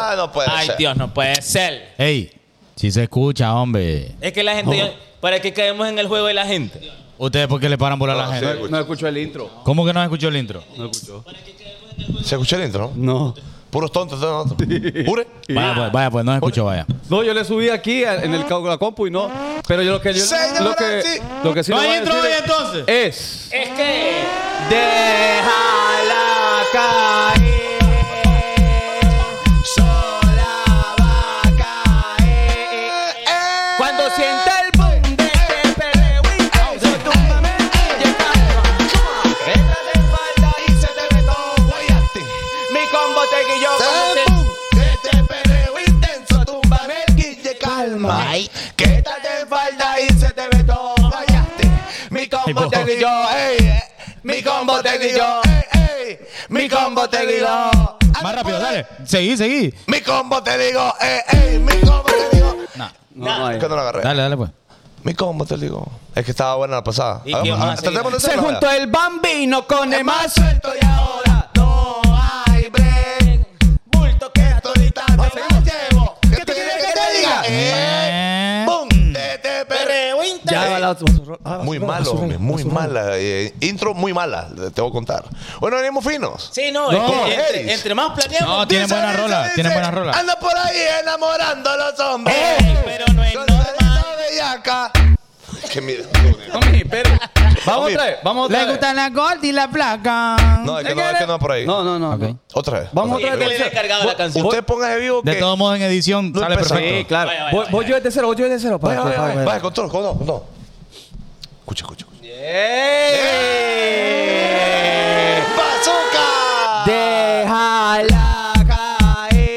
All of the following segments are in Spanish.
No puede Ay, ser. Dios, no puede ser. Ey, si se escucha, hombre. Es que la gente... ¿Para qué caemos en el juego de la gente? ¿Ustedes por qué le paran bola a la No, gente? sí. No escuchó el intro. ¿Cómo que no escuchó el intro? No escuchó. ¿Se escuchó el intro, no? No. Puros tontos todos nosotros. ¿Pure? Vaya pues, no escuchó, vaya. No, yo le subí aquí en el la compu y no. Pero yo lo que sí ¿No le voy hay a intro decir hoy entonces? es Es que... déjala caer. Cuando sienta el boom de este perreo intenso, túmbame y calma. Entra de espalda y se te ve todo guayate. Mi combo te guilló como De este perreo intenso, túmbame el guille, calma. que estás de espalda y se te ve todo guayate. Mi combo te guilló, mi combo te guilló, mi combo te guilló. Más rápido, dale. Seguí. Mi combo te digo, mi combo te digo. No hay. ¿Por qué no lo agarré? Dale pues. Mi combo te digo. Es que estaba buena la pasada. ¿Y qué más? Tratemos de Se hacerlo, juntó vaya. el bambino con el más suelto y ahora no hay break. Bulto que todita te la llevo. ¿Qué tú quieres que te diga? ¡Bum! De este perreo. Ya va la otra. Muy malo, hombre, muy mala. Intro muy mala, te voy a contar. Bueno, venimos finos. Sí, no, No, es que Eris. entre más planeamos... No, tienen Dice, buena rola, dice, tienen buena rola. Anda por ahí enamorando a los hombres. pero no es Con normal. esa bellaca. Que mira. Mami, pero vamos otra vez, vamos otra vez. la gold y la placa. No, es que no va por ahí. No. Ok. Otra vez. Vamos Sí, otra que vez. le he descargado la canción. Usted póngase vivo De que... todos modos, en edición No sale empezó. perfecto. Sí, claro. Vaya, Voy yo desde cero, voy yo desde cero. Vaya, con todo. Escucha. ¡Bazooka! Déjala caer.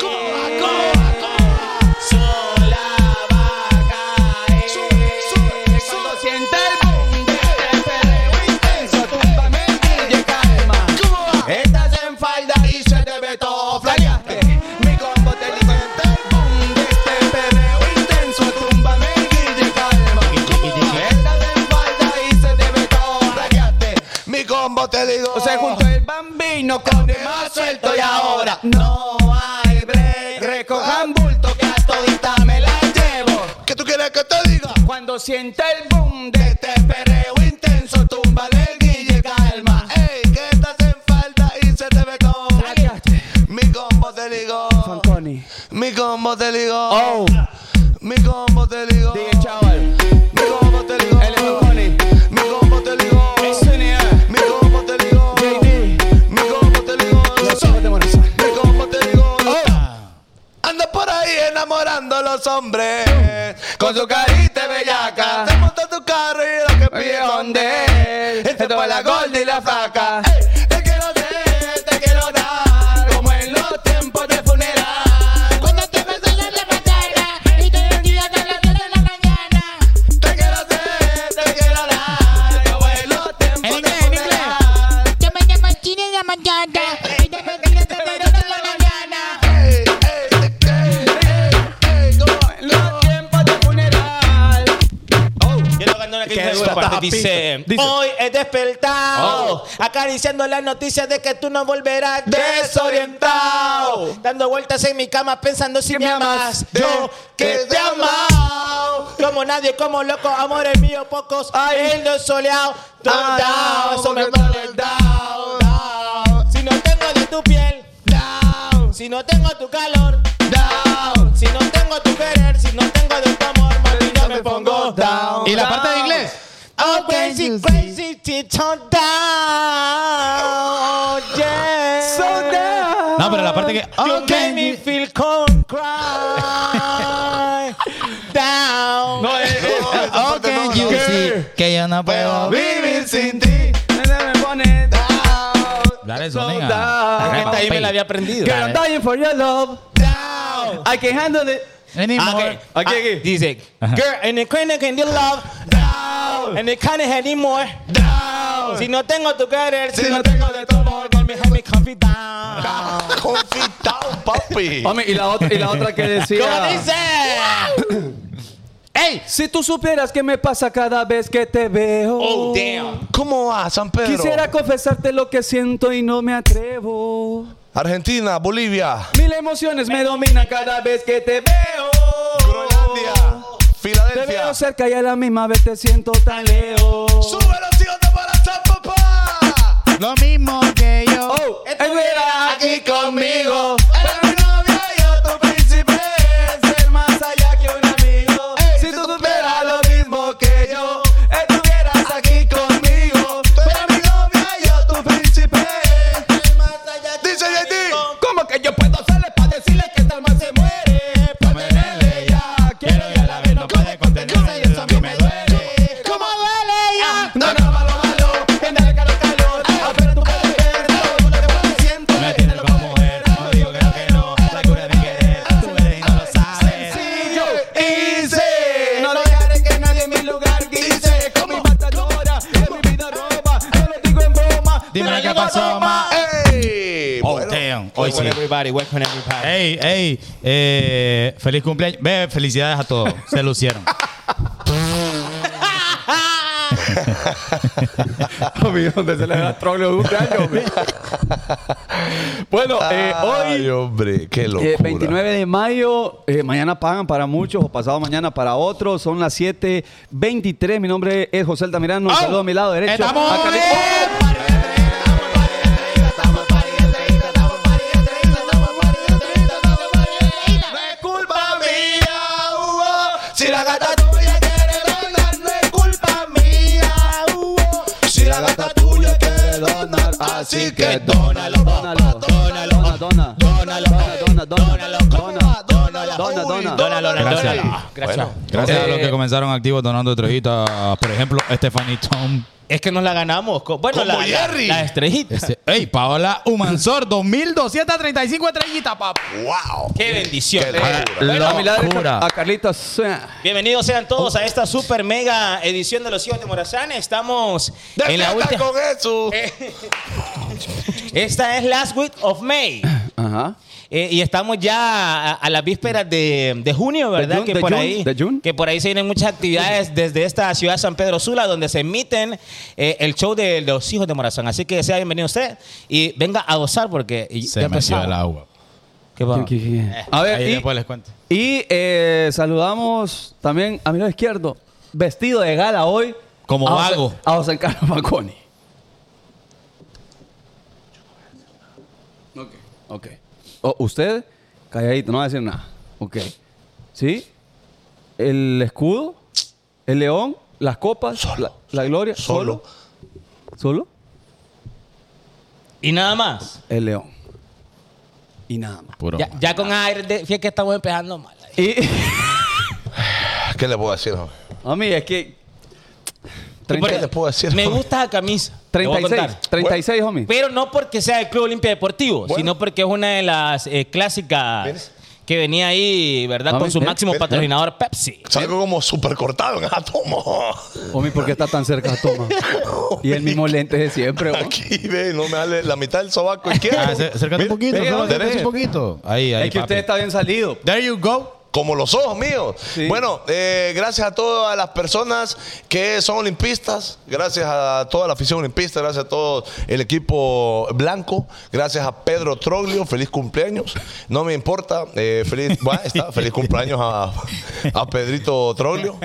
Sola va a caer. Cuando sienta el boom de este perreo intenso, túmbame y calma. Estás en falda y se te ve todo flaqueaste. Mi combo te dice el boom de este perreo intenso, túmbame y calma. Estás en falda y se te ve todo flaqueaste. Mi combo te digo. Se juntó el bambino con el más suelto y ahora no hay break. Recojan bulto que a todita me la llevo. ¿Qué tú quieres que te diga? Cuando sienta el boom de este perreo intenso, túmbale el guille, calma. Ey, que estás en falta y se te ve todo. Flaqueaste. Mi combo te digo. Fanconi. Mi combo te digo. Oh, Mi combo te digo. DJ Chaval. Mi combo te digo. Él es Fanconi. Mi combo te digo. Mi combo te digo. JD. Mi combo te digo. Los hijos de Buenos Aires. Mi combo te digo. Anda por ahí enamorando a los hombres. Con su carita bellaca. Se monta tu carro y lo que pide donde él. Esto es la gorda y la flaca. Te quiero hacer, te quiero dar. Como en los tiempos de funeral. Cuando te beso en la mañana y te bendiga hasta las 10 de la mañana. Te quiero hacer, te quiero dar. Como en los tiempos En de inglés, en inglés. funeral. Yo me llamo Chini en la mañana y te bendiga hasta las 10 de la mañana. Ey, Como en los tiempos de funeral. Quiero cantar una que Qué dice dura esta parte. esta Dice, pista. hoy he despertado acariciando las noticias de que tú no volverás desorientado, dando vueltas en mi cama pensando si me amas. Yo que te amo como nadie, como loco, amores míos pocos. El no soleado, down, eso me pone down, down. Si no tengo de tu piel, down. Si no tengo tu calor, down. Si no tengo tu querer, si no tengo de tu amor, mami, yo me pongo down. ¿Y la parte de inglés? Oh, crazy, crazy, so down, yeah. So down. No, pero la parte que... You make me feel cold, cry, down. No, Oh, can you see que yo no puedo vivir sin ti. me pone down. Dale So eso, nigga. down. Esta ahí me la había aprendido. Girl, I'm dying for your love. Down. I can handle it. Anymore. Aquí. Dice, girl, and the queen can you love, down. And the can't anymore, down. Si no tengo tu querer, si no tengo de tu amor, call me, help me, comfy down. Confitado, papi. Hombre, y la otra que decía. ¿Cómo dice? ¡Ey! Si tú supieras qué me pasa cada vez que te veo. Oh, damn. ¿Cómo va, San Pedro? Quisiera confesarte lo que siento y no me atrevo. Argentina, Bolivia, Mil emociones me dominan cada vez que te veo. Groenlandia, Te Filadelfia. veo cerca y a la misma vez te siento tan lejos. ¡Sube los hijos de Morazán, papá! Lo mismo que yo. Oh, Estuviera aquí conmigo. Pero mi novia y yo, tu príncipe, ser más allá que un amigo. Si tú supieras lo mismo que yo, estuvieras aquí conmigo. Pero mi novia y yo, tu príncipe, Dice JD. ¿cómo que yo puedo hacerle para decirle que esta alma se muere? Pa' tenerle ya, quiero y a la vez no puede contenerse y eso a mí me duele. ¿Cómo duele ya? No, no, malo, viene el calor, pero tú puedes ver todo lo que siento. Me tienes como mujer, no digo que no. La cura de mi querer, tú eres y no lo sabes. Sencillo, easy. No dejaré que nadie en mi lugar guise. Con mi matadora, en mi vida roba. No lo digo en broma. Dime qué pasó, ma. ¡Ey! Oh, Bueno, damn. Hoy sí. Everybody, welcome everybody. Ey, feliz cumpleaños. Ve, felicidades a todos. Se lucieron. Homie, ¿dónde se le da troleo de cumpleaños, homie? Bueno, Ay, hoy, hombre, qué locura. 29 de mayo, mañana pagan para muchos o pasado mañana para otros. Son las 7:23. Mi nombre es José Altamirano. Un saludo a mi lado derecho. ¡Estamos A Carlitos. bien! No es culpa mía, si la gata tuya quiere donar, no es culpa mía, si la gata tuya quiere donar, así que dónalo, papá, dónalo, Gracias. Gracias a los que comenzaron activos donando estrellitas. Por ejemplo, Stephanie Tom. Es que nos la ganamos. Bueno, Como Jerry. la estrellita. Ey, Paola Humansor, 2,235 estrellitas, papá. Wow. Qué bendición. Qué locura. Bueno, A mi lado derecho, locura. a Carlitos. bienvenidos sean todos a esta super mega edición de Los Hijos de Morazán. Estamos en la Defiendan última. con eso. Esta es Last Week of May. Ajá. Y estamos ya a las vísperas de junio, ¿verdad? June, de June. Que por ahí se vienen muchas actividades desde esta ciudad San Pedro Sula, donde se emiten el show de Los Hijos de Morazán. Así que sea bienvenido usted y venga a gozar porque Se ya metió empezamos. el agua. ¿Qué pasa? A ver, Ahí después les cuento. y saludamos también a mi lado izquierdo, vestido de gala hoy. Como a José- vago. A José Carlos Falconi. Ok. Usted, calladito, no va a decir nada. Ok. ¿Sí? El escudo, el león, las copas, la gloria. Solo. ¿Solo? Y nada más. El león. Y nada más. Puro. Ya con aire de fíjate que estamos empezando mal. Y, ¿Qué le puedo decir? Hombre? a mí es que... ¿Qué le puedo decir? Me gusta la camisa. te voy a 36, contar. 36, homie. Pero no porque sea el Club Olimpia Deportivo, Bueno. sino porque es una de las clásicas Mire. que venía ahí, ¿verdad? Ah, Con su mire, máximo mire. patrocinador Pepsi. Salgo como súper cortado en esa toma. Homie, ¿por qué está tan cerca? Toma. Y el mismo lente de siempre, homie. Aquí, ve, no me sale la mitad del sobaco izquierdo. Acércate un poquito, Venga, solo acércate derecho. un poquito. Ahí, Es que papi. usted está bien salido. There you go. Como los ojos míos. Sí. Bueno, gracias a todas las personas que son olimpistas, gracias a toda la afición olimpista, gracias a todo el equipo blanco, gracias a Pedro Troglio, feliz cumpleaños. No me importa, feliz cumpleaños a Pedrito Troglio.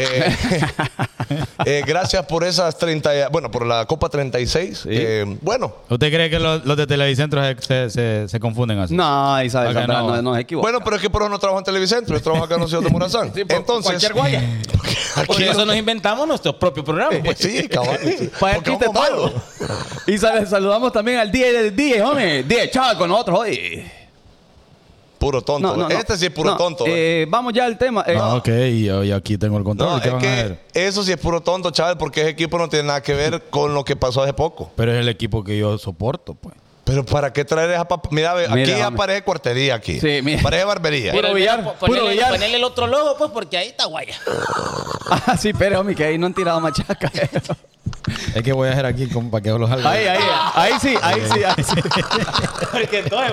Gracias por esas 30, bueno, por la Copa 36. Bueno. ¿Usted cree que los de Televicentro se confunden así? No, Isabel Acá Zambrano no. no se equivoca. Bueno, pero es que por eso no trabajo en Televicentro, yo trabajo acá en los Hijos de Morazán. Entonces, cualquier guaya. Por aquí eso nos inventamos nuestro propio programa. Pues. sí, cabal. Para Porque aquí te vamos todo. malos. Y saludamos también al DJ, homie. DJ, chaval, con nosotros hoy. Puro tonto. Este sí es puro tonto. Vamos ya al tema. Ok, yo aquí tengo el control. No, ¿Qué es van a que ver? eso sí es puro tonto, chaval, porque ese equipo no tiene nada que ver con lo que pasó hace poco. Pero es el equipo que yo soporto, pues. Pero ¿para qué traer esa papa? Mira, ve, Mira, aquí ya hombre. parece cuartería aquí. Sí, mira. Parece barbería. Puro billar, puro billar. Ponerle el otro logo, pues, porque ahí está guaya. Ah, sí, pero homie, que ahí no han tirado machaca. Es que voy a hacer aquí como para que los haga. Ahí sí. Porque entonces,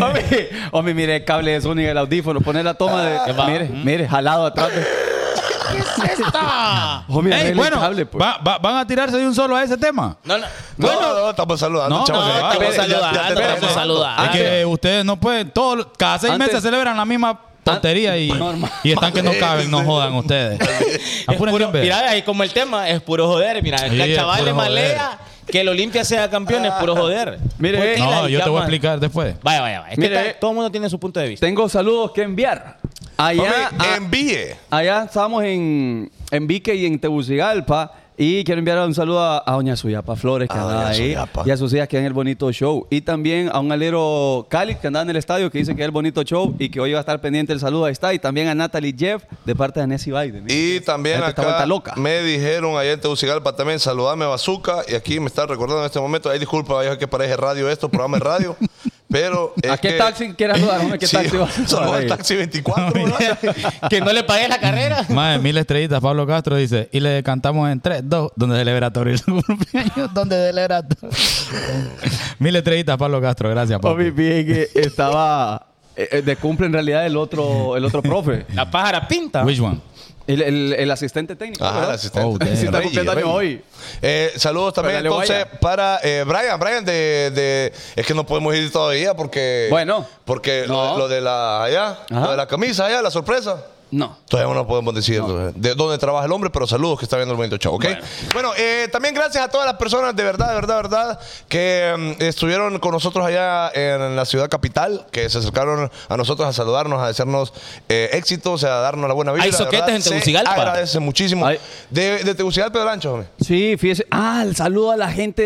Homie, mire el cable de Sony en el audífono. Poner la toma de... Mire, jalado atrás. Homie, Ey, arregle bueno, el cable, pues. ¿van a tirarse de un solo a ese tema? No, no. No, estamos saludando, No, chavos. no, Ya- estamos ya- ya- ya saludando, te estamos tenemos. saludando. Es que ustedes no pueden, cada 6 Antes- meses celebran la misma tontería y están que no caben, no jodan ustedes. Es Apuren puro- bien, ve. mira, ahí como el tema es puro joder. Mira, Sí, el es chaval puro le malea que el Olimpia sea campeón, es puro joder. Mire, ¿Por qué No, la yo te voy a llaman? explicar después. Vaya. Es que Mire, todo el mundo tiene su punto de vista. Tengo saludos que enviar. Allá, Homie, envíe. allá estamos en Vique y en Tegucigalpa. Y quiero enviar un saludo a doña Suyapa Flores, que A anda doña ahí. Suyapa. Y a sus hijas que dan el bonito show. Y también a un alero Cali que anda en el estadio, que dice que es el bonito show y que hoy va a estar pendiente el saludo. Ahí está. Y también a Natalie Jeff, de parte de Nessie Biden. Y también La gente está acá vuelta loca. me dijeron allá en Tegucigalpa también, saludame Bazooka. Y aquí me está recordando en este momento, ay, disculpa, vaya que parece radio esto, programa de radio. Pero es ¿A qué que- taxi quieres saludar? ¿A qué Sí, taxi vas a saludos al saludar? taxi 24, ¿verdad? Que no le pagues la carrera. Más de 1000 estrellitas, Pablo Castro dice, y le cantamos en 3, 2, donde celebratorio su cumpleaños, donde celebratorio. 1000 estrellitas, Pablo Castro, gracias, Papi, papi. bien que estaba de cumple en realidad el otro profe. La pájara pinta. Which one? El asistente técnico. Ajá, el ¿verdad? asistente. Oh, damn. Sí, está Reggie, cumpliendo años Reggie. hoy. Saludos también Pero dale, entonces para Brian de es que no podemos ir todavía porque Bueno. porque No. lo de la allá, Ajá. lo de la camisa allá, la sorpresa. No. Todavía no podemos decir de dónde trabaja el hombre, pero saludos que está viendo el bonito show, ¿ok? Bueno, también gracias a todas las personas de verdad, que estuvieron con nosotros allá en la ciudad capital, que se acercaron a nosotros a saludarnos, a desearnos éxitos, a darnos la buena vibra. ¿Hay de soquetes verdad, en Tegucigalpa? Se agradece muchísimo. Ay. De Tegucigalpa de Lancho, hombre. Sí, fíjese. El saludo a la gente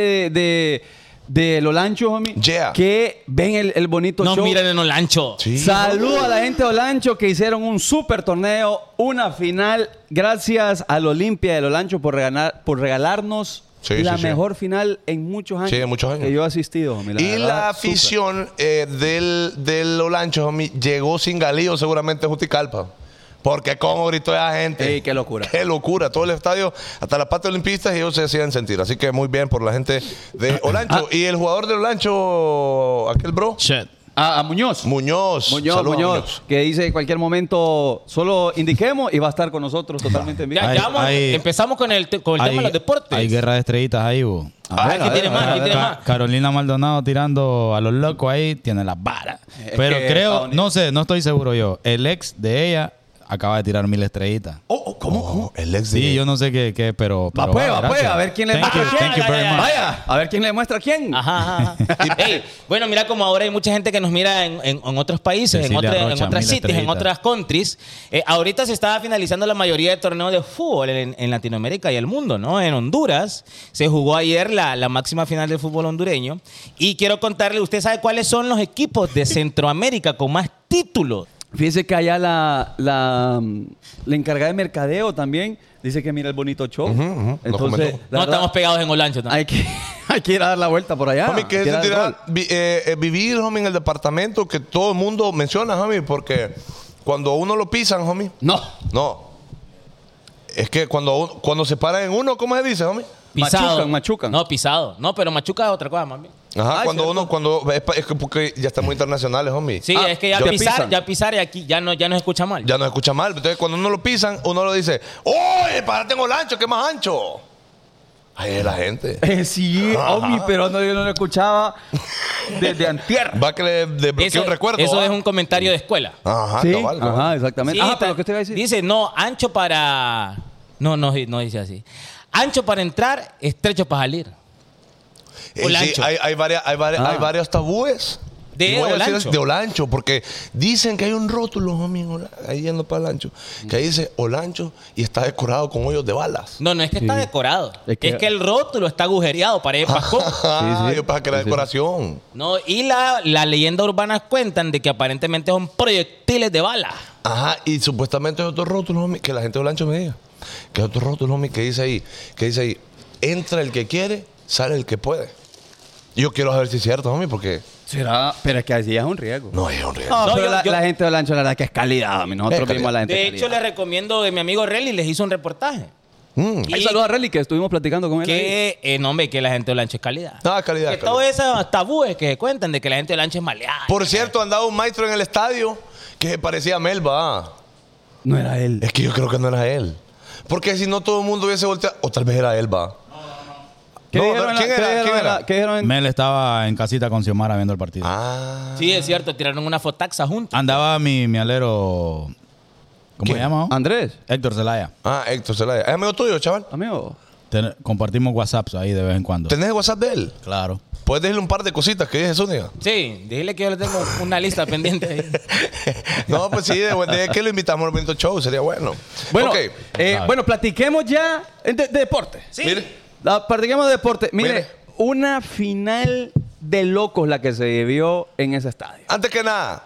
de Olancho, homie. Yeah. Que ven el bonito No show. miren en Olancho. Sí. Saludo a la gente de Olancho que hicieron un super torneo, una final. Gracias al Olimpia del Olancho por regalarnos Sí, la sí, sí. mejor final en muchos años. Sí, en muchos años. Que yo he asistido, homie, Y verdad, la súper. afición del Olancho, homie, llegó sin galillo seguramente a Juticalpa. Porque cómo gritó esa gente. Ey, qué locura. Qué locura. Todo el estadio, hasta la parte olimpistas, y ellos se hacían sentir. Así que muy bien por la gente de Olancho. Y el jugador de Olancho, aquel bro, Shit. A Muñoz. Muñoz. Saludos a Muñoz, que dice en cualquier momento solo indiquemos y va a estar con nosotros totalmente en vivo. Ya, Ay, vamos, ay. empezamos con el tema de los deportes. Hay guerra de estrellitas ahí, bo. ¿Quién tiene más? ¿Quién tiene más? Carolina Maldonado tirando a los locos ahí, tiene las varas. Pero que creo, Estados Unidos- no sé, no estoy seguro yo. El ex de ella acaba de tirar 1000 estrellitas. ¿Cómo? El ex de... Sí, yo no sé qué, pero... Va, pero pues, gracias. a ver quién le Thank muestra you, a quién. thank you very much. Vaya, a ver quién le muestra a quién. Ajá. Ey, bueno, mira como ahora hay mucha gente que nos mira en otros países, Cecilia en Rocha, otras 1000 cities, en estrellitas. otras countries. Ahorita se estaba finalizando la mayoría de torneos de fútbol en Latinoamérica y el mundo, ¿no? En Honduras se jugó ayer la máxima final del fútbol hondureño. Y quiero contarle, ¿usted sabe cuáles son los equipos de Centroamérica con más títulos? Fíjese que allá la encargada de mercadeo también dice que mira el bonito show. Nos Entonces, comentó. la No verdad, estamos pegados en Olancho también. hay que ir a dar la vuelta por allá. Homie, que Hay es ir a dar el sentir, rol. vivir, homie, en el departamento que todo el mundo menciona, homie, porque cuando uno lo pisan, homie, no. Es que cuando se paran en uno, ¿cómo se dice, homie? Pisado. Machucan. No, pisado. No, pero machuca es otra cosa, mami. Ajá, Ay, es que porque ya están muy internacionales, homie. Sí, es que te pisan. ya pisar y aquí ya no se escucha mal. Ya no se escucha mal. Entonces, cuando uno lo pisan, uno lo dice, ¡oye, párate en Olancho, que más ancho! Ahí es la gente. Sí, homie, pero no, yo no lo escuchaba desde antier. Va que le desbloquea un recuerdo. eso ¿va? es un comentario de escuela. Ajá, Sí, cabal, cabal. ajá, exactamente. Sí, Pero ¿qué te iba a decir? Dice, no, ancho para... No dice así. Ancho para entrar, estrecho para salir. Sí, Olancho. hay varios tabúes. De Y voy a decir Olancho. de Olancho, porque dicen que hay un rótulo, homie, ahí yendo para Olancho, que ahí dice Olancho y está decorado con hoyos de balas. No es que está decorado. Es Es que- que el rótulo está agujereado para ir Pascón. Ah, sí. yo pensaba que era decoración. No, y la leyenda urbana cuentan de que aparentemente son proyectiles de bala. Ajá, y supuestamente hay otro rótulo, homie, que la gente de Olancho me diga. Que hay otro rótulo, homie, que dice ahí, entra el que quiere, sale el que puede. Y yo quiero saber si es cierto, homie, porque ¿Será? Pero es que así es un riesgo. no es un riesgo. No, No, pero yo- la gente de Olancho, la verdad que es calidad. homie. Nosotros Es vimos a la gente De de hecho, calidad. les recomiendo que mi amigo Relly les hizo un reportaje. Ahí saludos a Relly, que estuvimos platicando con él. ahí. Que, no, hombre, que la gente de Olancho es calidad. Ah, calidad, Que calidad. todos esos tabúes que se cuentan de que la gente de Olancho es maleada. Por cierto, andaba un maestro en el estadio que se parecía a Melba. No era él. Es que yo creo que no era él. Porque si no todo el mundo hubiese volteado. O tal vez era él, va. ¿Qué No, dijeron en la- ¿quién qué era? dijeron ¿Quién en la- era? qué dijeron en- Mel estaba en casita con Xiomara viendo el partido. Ah. Sí, es cierto, tiraron una fotaxa juntos. Andaba mi alero. ¿Cómo se llama? Andrés, Héctor Zelaya. Ah, Héctor Zelaya. ¿Es amigo tuyo, chaval? amigo. Compartimos WhatsApps ahí de vez en cuando. ¿Tenés el WhatsApp de él? Claro. Puedes decirle un par de cositas que dice Zúñiga. Sí, dile que yo le tengo una lista pendiente ahí. No, pues sí, de que lo invitamos al bonito show, sería bueno. Bueno, Ok. bueno, platiquemos ya de deporte. Sí. Mire, Platiquemos de deporte. Mire, Mire. una final de locos la que se vivió en ese estadio. antes que nada,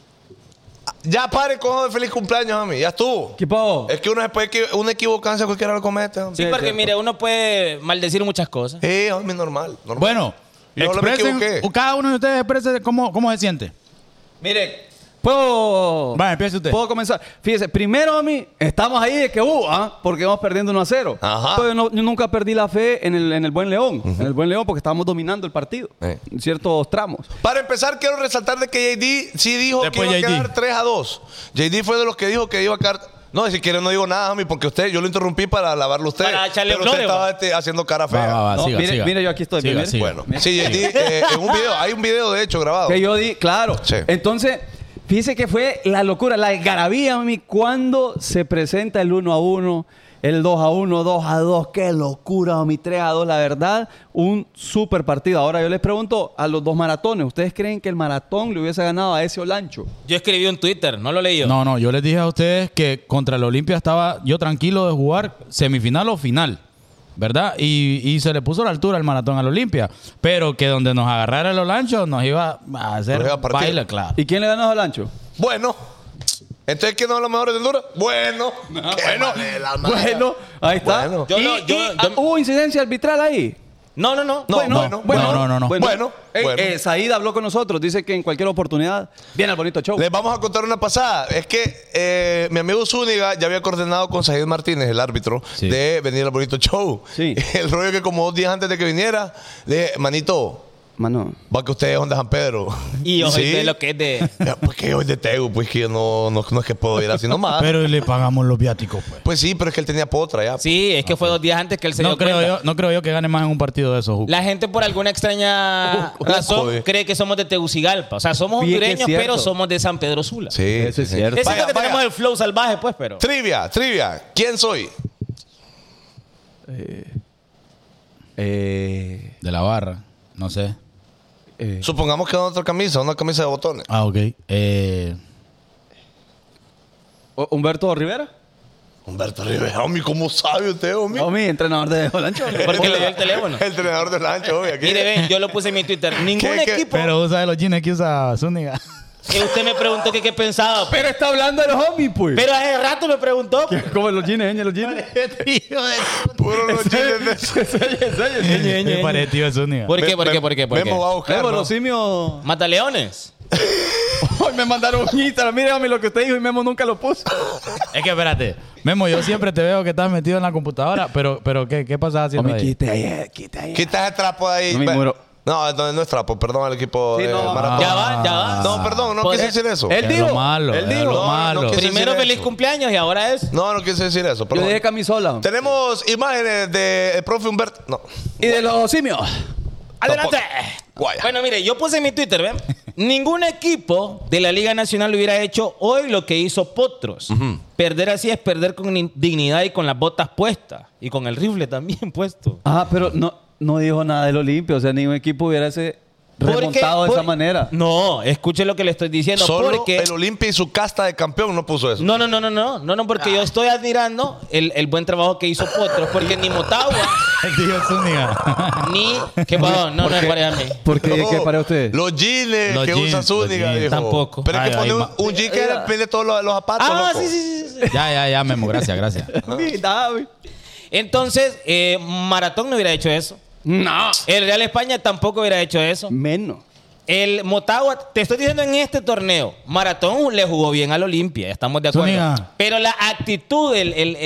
ya pare con de feliz cumpleaños a mí, ya estuvo. ¿Qué pasó? Es que uno después una equivocancia cualquiera lo comete. hombre. Sí, Sí, porque cierto. mire, uno puede maldecir muchas cosas. Sí, hombre, normal. Bueno, Yo no me expresen, equivoqué. cada uno de ustedes exprese cómo se siente. Mire, ¿puedo...? Va, empiece usted. ¿Puedo comenzar? Fíjese, primero a mí, estamos ahí de que porque vamos perdiendo 1-0. Ajá. Pero yo nunca perdí la fe en el Buen León. En el Buen León porque estábamos dominando el partido. En ciertos tramos. Para empezar, quiero resaltar de que JD sí dijo Después que iba a JD. quedar 3-2. JD fue de los que dijo que iba a quedar... No, si quiere no digo nada, homie, porque yo lo interrumpí para alabarlo a usted. Para echarle pero usted flores, estaba haciendo cara fea. Va, No, siga, mire, siga. mire, yo aquí estoy. Siga, mire. siga. Bueno, sí, JD, en un video, hay un video de hecho grabado. Que yo di, claro. Sí. Entonces, fíjese que fue la locura, la algarabía, mami, cuando se presenta el 1-1, el 2-1, 2-2. Qué locura, mami, 3-2. La verdad, un super partido. Ahora yo les pregunto a los dos maratones, ¿ustedes creen que el maratón le hubiese ganado a ese Olancho? Yo escribí un Twitter, no lo leí yo. No, yo les dije a ustedes que contra el Olimpia estaba yo tranquilo de jugar semifinal o final, ¿verdad? Y se le puso a la altura el maratón al Olimpia, pero que donde nos agarrara el Olancho nos iba a hacer Nos iba a partir. baile, claro. ¿Y quién le ganó a Olancho? Bueno. Entonces, ¿quién no es los mejores de Honduras? Bueno. Bueno, ahí está. Bueno. ¿Hubo incidencia arbitral ahí? No. No, No. Bueno. Said habló con nosotros, dice que en cualquier oportunidad viene al bonito show. Les vamos a contar una pasada. Es que mi amigo Zúñiga ya había coordinado con Said Martínez, el árbitro, Sí. de venir al bonito show. Sí. El rollo que como 2 días antes de que viniera, le dije, manito, Mano. va que ustedes son de San Pedro. Y yo soy Sí. de lo que es de... Ya, pues que yo soy de Tegu, pues que yo no es que puedo ir así nomás. Pero le pagamos los viáticos, pues. Pues sí, pero es que él tenía potra ya. Sí, es que fue 2 días antes que él se dio cuenta. No creo yo que gane más en un partido de esos. La gente por alguna extraña razón joder. cree que somos de Tegucigalpa. O sea, somos Fíjate que es hondureños, cierto. pero somos de San Pedro Sula. Sí, Eso es cierto. Es cierto Vaya, que vaya. tenemos el flow salvaje, pues, pero... Trivia. ¿Quién soy? De la barra, no sé. Supongamos que es otra camisa, una camisa de botones. Ah, ok. Humberto Rivera. Humberto Rivera, homie, ¿cómo sabe usted, homie? No, mi entrenador de Olancho. Porque le dio el teléfono. El entrenador del rancho, homie. Aquí. Mire, ven, yo lo puse en mi Twitter. Ningún ¿Qué? equipo... Pero usa de los jeans que usa Zúñiga. Que usted me preguntó que qué pensaba. Pero está hablando de los homies, pues. Pero hace rato me preguntó. ¿Cómo los jeans, los jeans? Puro los chiles de... Me parece tío Zúñiga. ¿Por qué? Memo va a buscar, Memo, ¿no? los simios. Mataleones. Hoy me mandaron un Instagram. Mire, homie, lo que usted dijo y Memo nunca lo puso. Es que espérate. Memo, yo siempre te veo que estás metido en la computadora, pero ¿qué pasas haciendo Homie, ahí? quita ahí, quita ahí. Quita ese trapo de ahí. No me muero. No, no es trapo, perdón al equipo Sí, de no. maratón. Ya va. No, perdón, no Pues, quise decir eso. él Es dijo. lo malo, Él es dijo. lo malo. no, Primero decir feliz eso. cumpleaños y ahora es... No quise decir eso, Yo perdón. dije camisola. Tenemos imágenes del profe Humberto. No. Y de los simios. ¡Adelante! Guaya. Bueno, mire, yo puse en mi Twitter, ¿ven? Ningún equipo de la Liga Nacional hubiera hecho hoy lo que hizo Potros. Perder así es perder con dignidad y con las botas puestas. Y con el rifle también puesto. Ah, pero no dijo nada del Olimpia. O sea, ningún equipo hubiera remontado de esa manera. No, escuche lo que le estoy diciendo. Solo porque... el Olimpia y su casta de campeón no puso eso. No, porque yo estoy admirando el buen trabajo que hizo Potros. Porque ni Motagua, El tío Zúñiga. ni... ¿Qué pasó? No es para mí. ¿Por qué? No, ¿Qué para usted? Los jeans Los que jeans, usa Zúñiga, los jeans. dijo. Tampoco. Pero es que Ay, pone ay, un jean que depende todos los zapatos, Ah, loco. sí. Ya, Memo, gracias. Entonces, Maratón no hubiera hecho eso. No. El Real España tampoco hubiera hecho eso. Menos. El Motagua, te estoy diciendo en este torneo, Maratón le jugó bien al Olimpia, estamos de acuerdo. Zúñiga. Pero la actitud,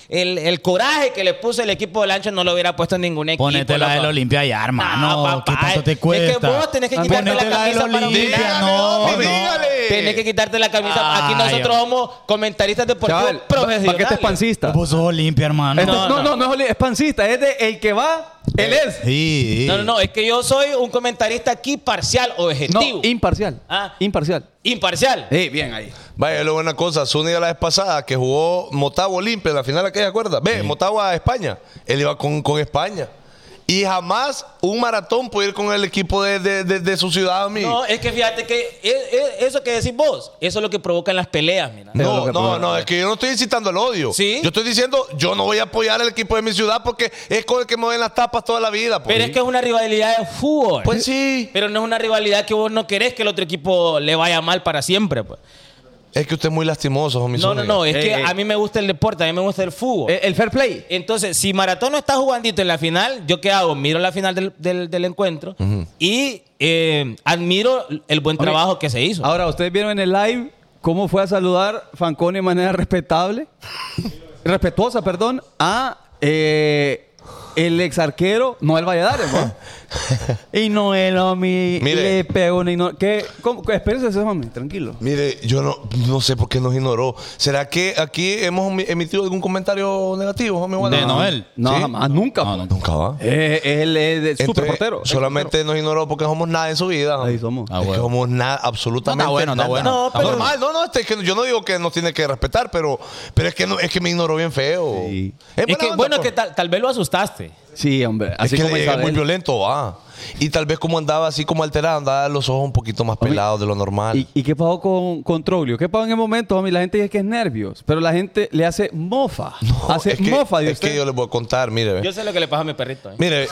el coraje que le puso el equipo del Ancho no lo hubiera puesto en ningún equipo. Ponete la loco. del Olimpia ya, hermano. No, papá, ¿Qué tanto te cuesta? Es que vos tenés que quitarte Ponete la del camisa para Olimpia, opinar. no, no. dígale. Tenés que quitarte la camisa. Aquí nosotros somos comentaristas deportivos Chaval, profesionales. ¿para qué te es pancista? Vos sos Olimpia, hermano. No es pancista, es de el que va, él es. Sí. No, es que yo soy un comentarista aquí parcial, No, objetivo. imparcial. Ah. Imparcial. Imparcial. Bien ahí. Vaya, lo buena cosa. Zúñiga la vez pasada que jugó Motagua Olimpia en la final aquella, ¿acuerdas? Ve, Motagua a España. Él iba con España. Y jamás un maratón puede ir con el equipo de su ciudad, amigo. No, es que fíjate que eso que decís vos, eso es lo que provocan las peleas, mira. No, es que yo no estoy incitando al odio. ¿Sí? Yo estoy diciendo, yo no voy a apoyar al equipo de mi ciudad porque es con el que me ven las tapas toda la vida. Pues. Pero es que es una rivalidad de fútbol. Pues sí. Pero no es una rivalidad que vos no querés que el otro equipo le vaya mal para siempre, pues. Es que usted es muy lastimoso, homie. No, es que a mí me gusta el deporte, a mí me gusta el fútbol. El fair play. Entonces, si Maratón no está jugandito en la final, ¿yo qué hago? Miro la final del encuentro y admiro el buen trabajo que se hizo. Ahora, ustedes vieron en el live cómo fue a saludar Fanconi de manera respetuosa, perdón, a el ex arquero Noel Valladares, ¿no? Y Noel, homie, Mire. le pegó una espérese ese homie, tranquilo. Mire, yo no sé por qué nos ignoró. ¿Será que aquí hemos emitido algún comentario negativo, homie? Bueno, ¿De Noel? No, ¿Sí? jamás, nunca. No, pues. Nunca va. Él es Entonces, súper portero. solamente nos ignoró porque somos nada en su vida. Ahí somos. Ah, Es que bueno. somos nada, absolutamente No, está bueno, nada. está bueno. No, pero- Normal, es que yo no digo que nos tiene que respetar, pero es que me ignoró bien feo. Sí. Es buena que, onda, bueno, pues. que tal vez lo asustaste. Sí, hombre. Es Así que como es Isabel. muy violento, Y tal vez como andaba así como alterado, andaba los ojos un poquito más pelados de lo normal. ¿Y qué pasó con Troglio? ¿Qué pasó en el momento, homie? La gente dice que es nervios, pero la gente le hace mofa. Hace es que, mofa de es que usted. yo les voy a contar, mire. ve. Yo sé lo que le pasa a mi perrito. Mire,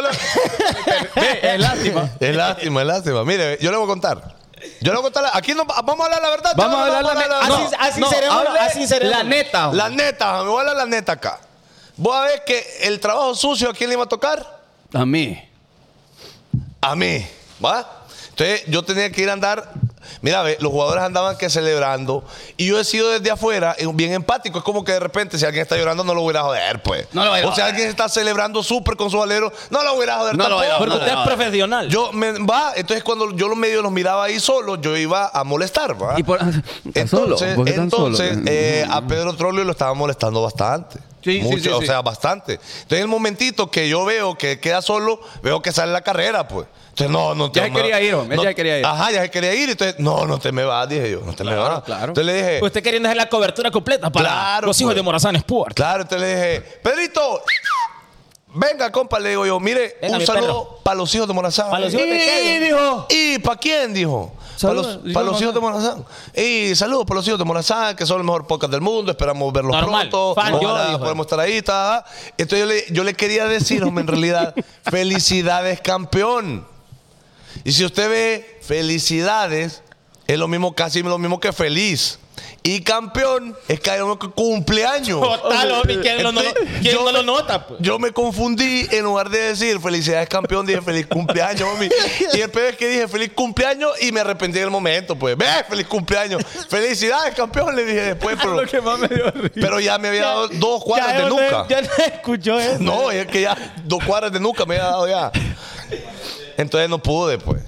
Es lástima. es lástima. Mire, ve, yo le voy a contar. Aquí no, vamos a hablar la verdad. Vamos a hablar la verdad. neta. Así seremos, hable así seremos. La neta. homie. La neta, me voy a hablar la neta acá. Voy a ver que el trabajo sucio, ¿a quién le iba a tocar? A mí. A mí, ¿va? Entonces yo tenía que ir a andar. Mira, ve, los jugadores andaban que celebrando y yo he sido desde afuera bien empático. Es como que de repente si alguien está llorando no lo voy a joder, pues. No lo voy a o si joder. alguien está celebrando súper con su alero, no lo voy a joder No lo voy a tampoco. Porque usted es profesional. Entonces cuando yo los medios los miraba ahí solo, yo iba a molestar, ¿va? Y por, ¿Tan solo? ¿Por qué tan solo? A Pedro Troglio lo estaba molestando bastante. Sí, sí, Mucho, sí, o sí. sea, bastante. Entonces, en el momentito que yo veo que queda solo, veo que sale la carrera, pues. Entonces, no te Ya se quería ir, hombre, ya se quería ir. Ajá, ya se quería ir. Entonces, no te me vas, dije yo. No te me vas. claro. Entonces le dije, Usted queriendo hacer la cobertura completa para Claro, los hijos pues. de Morazán Sport. claro, entonces le dije, Pedrito, venga, compa, le digo yo, mire, Venga, un mi saludo para los hijos de Morazán. ¿Para los hijos de qué? dijo. ¿Y para quién? Dijo. Para Saludos, los hijos de Morazán. Y saludos para los hijos de Morazán, que son el mejor podcast del mundo. Esperamos verlos Normal. pronto. Fan, yo, Ojalá dijo. podemos estar ahí. Entonces yo le quería decir, hombre, en realidad, felicidades, campeón. Y si usted ve felicidades, es lo mismo, casi lo mismo que feliz. Y campeón es que hay uno que cumpleaños. Total, homie, ¿quién no Yo lo nota? Pues? Yo me confundí, en lugar de decir felicidades campeón, dije feliz cumpleaños, homie. Y el peor es que dije feliz cumpleaños y me arrepentí en el momento, pues. Ve, feliz cumpleaños. Felicidades campeón, le dije después, pero, Lo que más me dio risa. pero ya me había dado 2 cuadras de nuca. Ya no escuchó eso. No, es que ya 2 cuadras de nuca me había dado ya. Entonces no pude, pues.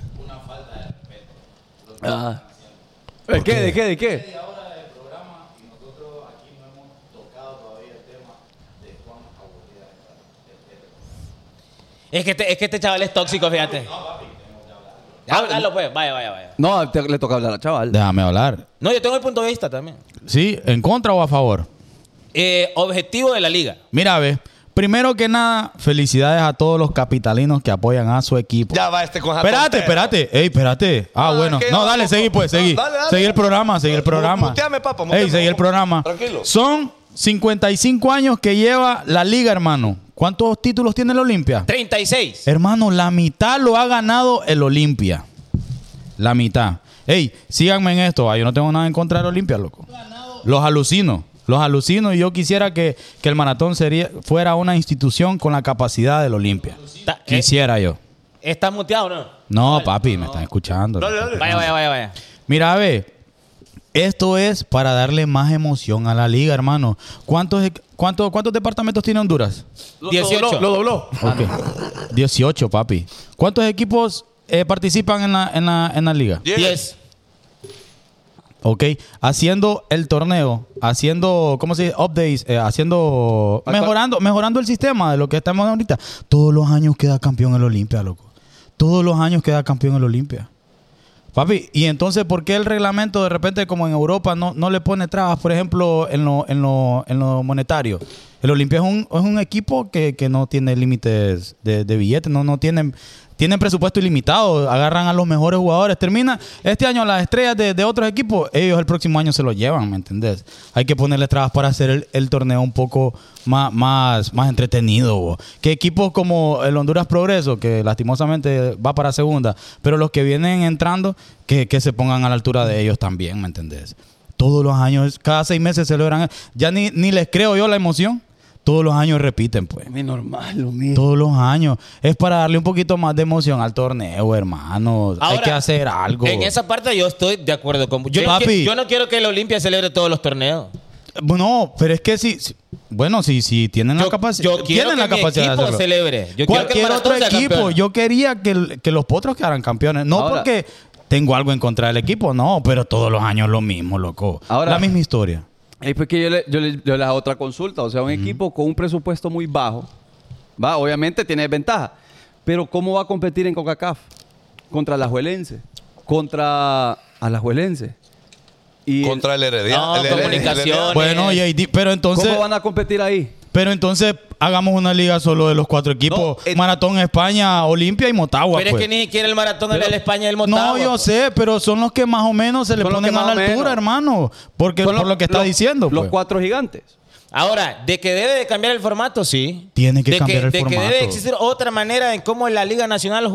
Ah. ¿De qué? Es que este chaval es tóxico, fíjate. Háblalo, pues. Vaya. No, le toca hablar al chaval. Déjame hablar. No, yo tengo el punto de vista también. ¿Sí? ¿En contra o a favor? Objetivo de la liga. Mira, ve. Primero que nada, felicidades a todos los capitalinos que apoyan a su equipo. Ya va con esa Espérate. Ey, espérate. Bueno. que No, ya dale, vamos. seguí pues, seguí. Dale. Seguí el programa. Muteame, papá, muteame. Ey, seguí el programa. Tranquilo. Son 55 años que lleva la liga, hermano. ¿Cuántos títulos tiene el Olimpia? 36. Hermano, la mitad lo ha ganado el Olimpia. La mitad. Ey, síganme en esto. Yo no tengo nada en contra del Olimpia, loco. Los alucino y yo quisiera que el maratón fuera una institución con la capacidad del Olimpia. Quisiera yo. ¿Estás muteado o no? No, papi, me están escuchando. Dale. Vaya. Mira, ve, Esto es para darle más emoción a la liga, hermano. ¿Cuántos departamentos tiene Honduras? 18. Lo dobló. Ok. 18, papi. ¿Cuántos equipos participan en la liga? 10. Ok. Haciendo el torneo, haciendo, ¿cómo se dice? Updates, mejorando el sistema de lo que estamos ahorita. Todos los años queda campeón el Olimpia, loco. Todos los años queda campeón el Olimpia. Papi, y entonces, ¿por qué el reglamento de repente, como en Europa, no le pone trabas, por ejemplo, en lo monetario? El Olimpia es un equipo que no tiene límites de billetes, no tienen presupuesto ilimitado, agarran a los mejores jugadores. Termina este año las estrellas de otros equipos, ellos el próximo año se los llevan, ¿me entendés? Hay que ponerle trabas para hacer el torneo un poco más entretenido, bo. Que equipos como el Honduras Progreso, que lastimosamente va para segunda, pero los que vienen entrando, que se pongan a la altura de ellos también, ¿me entendés? Todos los años, cada 6 meses celebran. Ya ni les creo yo la emoción. Todos los años repiten, pues. Es normal, lo mismo. Todos los años. Es para darle un poquito más de emoción al torneo, hermanos. Hay Ahora, que hacer algo. En esa parte yo estoy de acuerdo con... Yo no quiero que el Olimpia celebre todos los torneos. No, pero es que si tienen la capacidad. Yo quiero tienen que la capacidad mi de equipo hacerlo. celebre. Yo quiero que el Cualquier otro Maratón sea equipo. campeón. Yo quería que los Potros quedaran campeones. No Ahora, porque tengo algo en contra del equipo, no, pero todos los años lo mismo, loco. Ahora, la misma historia. Es porque yo le hago otra consulta. O sea, un equipo con un presupuesto muy bajo, obviamente tiene desventaja. Pero ¿cómo va a competir en CONCACAF? Contra Alajuelense. Contra Alajuelense. Y Contra el Herediano. No, Comunicaciones. Bueno, pero entonces... ¿Cómo van a competir ahí? Pero entonces hagamos una liga solo de los 4 equipos. No, Maratón España, Olimpia y Motagua. Pero pues. es que ni siquiera el Maratón de la España y el Motagua. No, yo pues. sé, pero son los que más o menos se le Son los ponen que a la más o altura, menos. hermano. Porque Son por lo que está diciendo. Los pues. 4 gigantes. Ahora, de que debe de cambiar el formato, sí. Tiene que De cambiar el de formato. que debe existir otra manera en cómo la Liga Nacional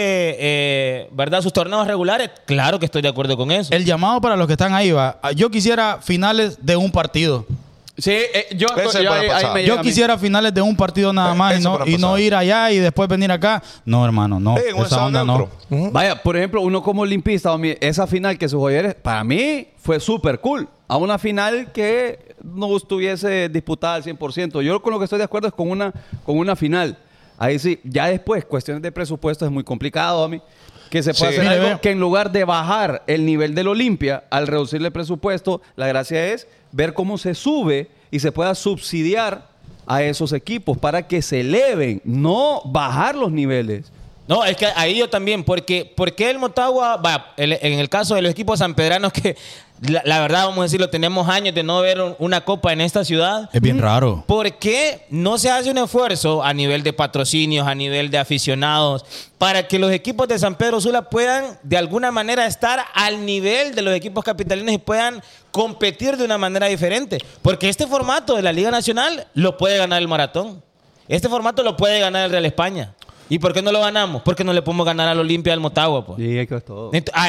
juegue, ¿verdad? Sus torneos regulares. Claro que estoy de acuerdo con eso. El llamado para los que están ahí va. Yo quisiera finales de un partido. Sí, yo Ese es para pasar. me llega Yo a mí. quisiera finales de un partido nada más y Eso no, para y no pasar. ir allá y después venir acá. No, hermano, no. En un Esa estado onda no. neutro. Ujú. Vaya, por ejemplo, uno como olimpista, homie, esa final que sus joyeres, para mí fue súper cool. A una final que no estuviese disputada al 100%. Yo con lo que estoy de acuerdo es con una final. Ahí sí, ya después, cuestiones de presupuesto es muy complicado, homie. Que se puede Sí. hacer Mire, algo vea. que en lugar de bajar el nivel del Olimpia, al reducirle el presupuesto, la gracia es ver cómo se sube y se pueda subsidiar a esos equipos para que se eleven, no bajar los niveles. No, es que ahí yo también, porque el Motagua, en el caso de los equipos sanpedranos, que la verdad, vamos a decirlo, tenemos años de no ver una copa en esta ciudad. Es bien raro. ¿Por qué no se hace un esfuerzo a nivel de patrocinios, a nivel de aficionados, para que los equipos de San Pedro Sula puedan de alguna manera estar al nivel de los equipos capitalinos y puedan competir de una manera diferente? Porque este formato de la Liga Nacional lo puede ganar el Maratón. Este formato lo puede ganar el Real España. ¿Y por qué no lo ganamos? Porque no le podemos ganar al Olimpia y al Motagua, pues. Sí, es que es todo.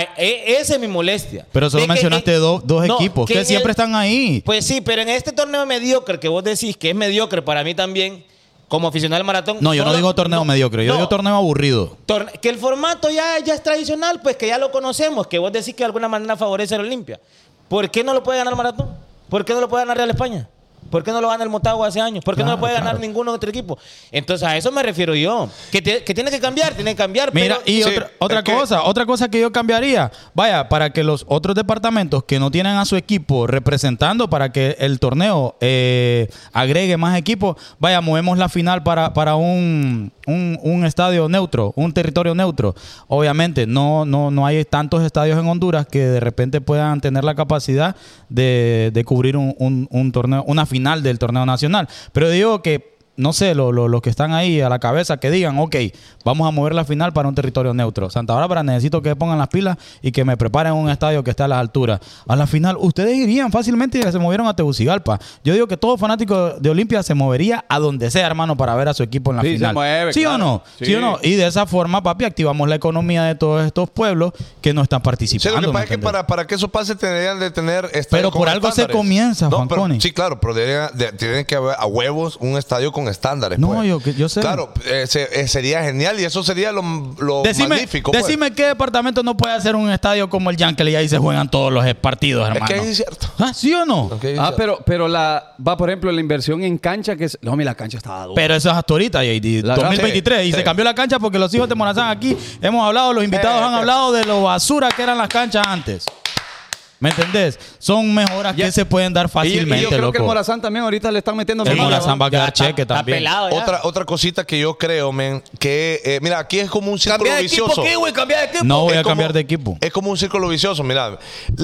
Esa es mi molestia. Pero solo De que mencionaste dos no, equipos que en siempre están ahí. Pues sí, pero en este torneo mediocre que vos decís que es mediocre para mí también, como aficionado al Maratón. No, yo no digo torneo mediocre, yo digo torneo aburrido. Que el formato ya es tradicional, pues que ya lo conocemos, que vos decís que de alguna manera favorece al Olimpia. ¿Por qué no lo puede ganar Maratón? ¿Por qué no lo puede ganar Real España? ¿Por qué no lo gana el Motagua hace años? ¿Por qué no lo puede ganar ningún otro equipo? Entonces a eso me refiero yo. Que tiene que cambiar, Mira, pero... y Sí, otra cosa que yo cambiaría, vaya, para que los otros departamentos que no tienen a su equipo representando para que el torneo agregue más equipos, vaya, movemos la final para un estadio neutro, un territorio neutro. Obviamente, no hay tantos estadios en Honduras que de repente puedan tener la capacidad de cubrir un torneo, una final del torneo nacional. Pero digo que no sé, los que están ahí a la cabeza, que digan, ok, vamos a mover la final para un territorio neutro. Santa Bárbara, necesito que pongan las pilas y que me preparen un estadio que esté a las alturas. A la final, ustedes irían fácilmente y se movieron a Tegucigalpa. Yo digo que todo fanático de Olimpia se movería a donde sea, hermano, para ver a su equipo en la Sí, final. se mueve, ¿Sí claro. o no? Sí. ¿Sí o no? Y de esa forma, papi, activamos la economía de todos estos pueblos que no están Sí, participando. lo que pasa ¿me es que entiendes? para que eso pase tendrían de tener estadios Pero por con algo se estándares. comienza, No, Juan pero- Coni. Sí, claro, pero tienen que haber a huevos un estadio con son estándares. No, pues. yo sé. Claro, sería genial y eso sería lo magnífico. Pues. Decime qué departamento no puede hacer un estadio como el Yankee y ahí se juegan todos los partidos, hermano. Es que es cierto. ¿Ah, sí o no? Es que es cierto. Pero por ejemplo, la inversión en cancha, que es... No, la cancha estaba dura. Pero eso es hasta ahorita, JD, La 2023. sí, Y sí. se cambió la cancha porque los hijos de Morazán aquí hemos hablado, los invitados han hablado de lo basura que eran las canchas antes. ¿Me entendés? Son mejoras que se pueden dar Y fácilmente, yo creo loco. que el Morazán también ahorita le están metiendo... El mano. Morazán va a quedar Ya está- cheque está también. pelado ya. Otra cosita que yo creo, men, que mira, aquí es como un círculo vicioso. Cambiar de equipo. No voy Es a como- cambiar de equipo. Es como un círculo vicioso, mira.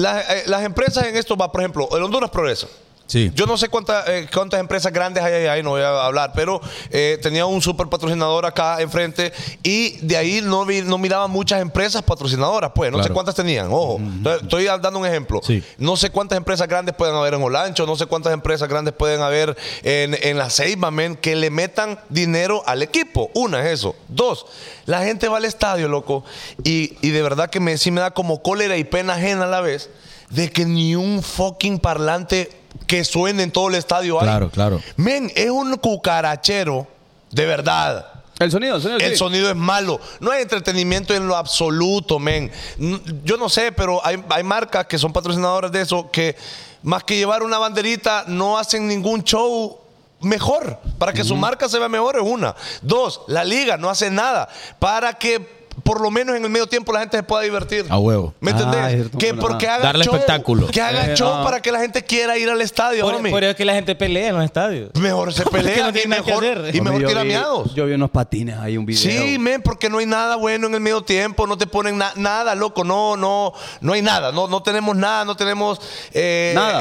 Las empresas en esto va, por ejemplo, el Honduras Progresa. Sí. Yo no sé cuántas empresas grandes hay ahí, no voy a hablar, pero tenía un super patrocinador acá enfrente y de ahí no miraba muchas empresas patrocinadoras, pues, no sé Claro. cuántas tenían, ojo. Estoy dando un ejemplo. Sí. No sé cuántas empresas grandes pueden haber en Olancho, no sé cuántas empresas grandes pueden haber en la Ceiba, men, que le metan dinero al equipo. Una es eso. Dos, la gente va al estadio, loco, y de verdad que sí me da como cólera y pena ajena a la vez de que ni un fucking parlante que suene en todo el estadio hay. Claro, claro. Men, es un cucarachero, de verdad. El sonido. El sí. sonido es malo. No hay entretenimiento en lo absoluto, men. Yo no sé, pero hay marcas que son patrocinadoras de eso que más que llevar una banderita no hacen ningún show mejor. Para que su marca se vea mejor es una. Dos, la liga no hace nada para que por lo menos en el medio tiempo la gente se pueda divertir. A huevo. ¿Me entendés? Ay, que no, porque no. haga Darle show. espectáculo. Que haga show para que la gente quiera ir al estadio, homie. Por eso es que la gente pelea en los estadios. Mejor se pelea no y tiene nada que mejor, hacer. y mejor Hombre, tira miados. Yo vi unos patines ahí, un video. Sí, men, porque no hay nada bueno en el medio tiempo, no te ponen nada, loco, no hay nada, no tenemos nada, no tenemos Nada.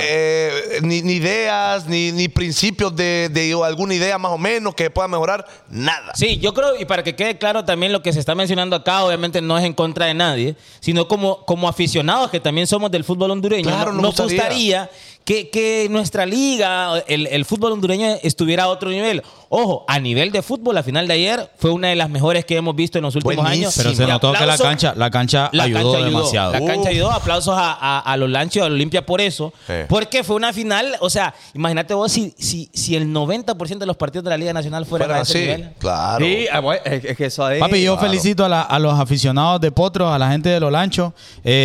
ni ideas, ni principios de alguna idea más o menos que pueda mejorar, nada. Sí, yo creo, y para que quede claro también lo que se está mencionando acá, obviamente no es en contra de nadie, sino como aficionados que también somos del fútbol hondureño. Claro, nos nos gustaría. gustaría que nuestra liga, el fútbol hondureño estuviera a otro nivel. Ojo, a nivel de fútbol, la final de ayer fue una de las mejores que hemos visto en los últimos Buenísimo. años. Pero se Y notó que la aplauso- cancha ayudó demasiado. La cancha ayudó. Aplausos a los Lanchos y a la Olimpia por eso. Sí. Porque fue una final, o sea, imagínate vos si el 90% de los partidos de la Liga Nacional fueran Fuera a ese así, nivel. claro. Sí, es que eso ahí... Papi, yo Claro. felicito a los aficionados de Potros, a la gente de Los Lanchos,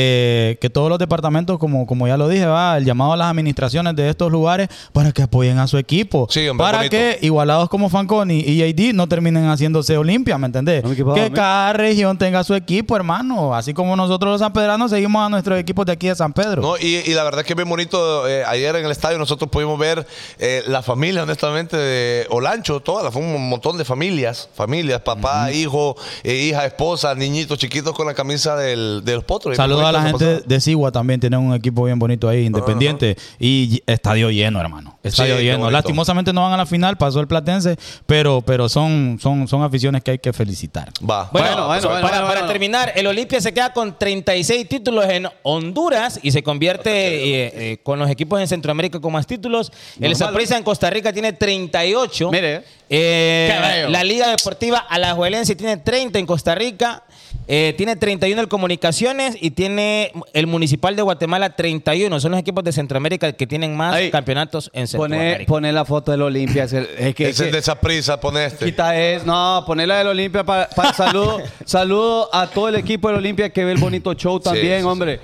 que todos los departamentos, como ya lo dije, va el llamado a las administraciones de estos lugares para que apoyen a su equipo. Sí, hombre, para bonito. que, igualados como Fanconi y JD, no terminen haciéndose Olimpia, ¿me entendés? No me equivocaba, Que cada región tenga su equipo, hermano. Así como nosotros los sanpedranos seguimos a nuestros equipos de aquí de San Pedro. No, y la verdad es que es bien bonito. Ayer en el estadio nosotros pudimos ver la familia, honestamente, de Olancho, todas, fue un montón de familias, papá, hijo, hija, esposa, niñitos chiquitos con la camisa de los Potros. Saludos a la Bonito gente eso de Sigua también, tienen un equipo bien bonito ahí, independiente. Y estadio lleno, hermano. Estadio Sí, qué lleno. bonito. Lastimosamente no van a la final, pasó el Platense, pero son aficiones que hay que felicitar. Va. Bueno, Bueno, para terminar, el Olimpia se queda con 36 títulos en Honduras y se convierte con los equipos en Centroamérica con más títulos. El Saprissa en Costa Rica tiene 38. Mire. Qué bello. La Liga Deportiva Alajuelense tiene 30 en Costa Rica. Tiene 31 el Comunicaciones y tiene el Municipal de Guatemala 31. Son los equipos de Centroamérica que tienen más Ahí. campeonatos en Centroamérica. Pone la foto del Olimpia. Es que Ese es de esa prisa, pon este. quita no, poner la del Olimpia para saludo a todo el equipo del Olimpia que ve el bonito show también, sí, hombre.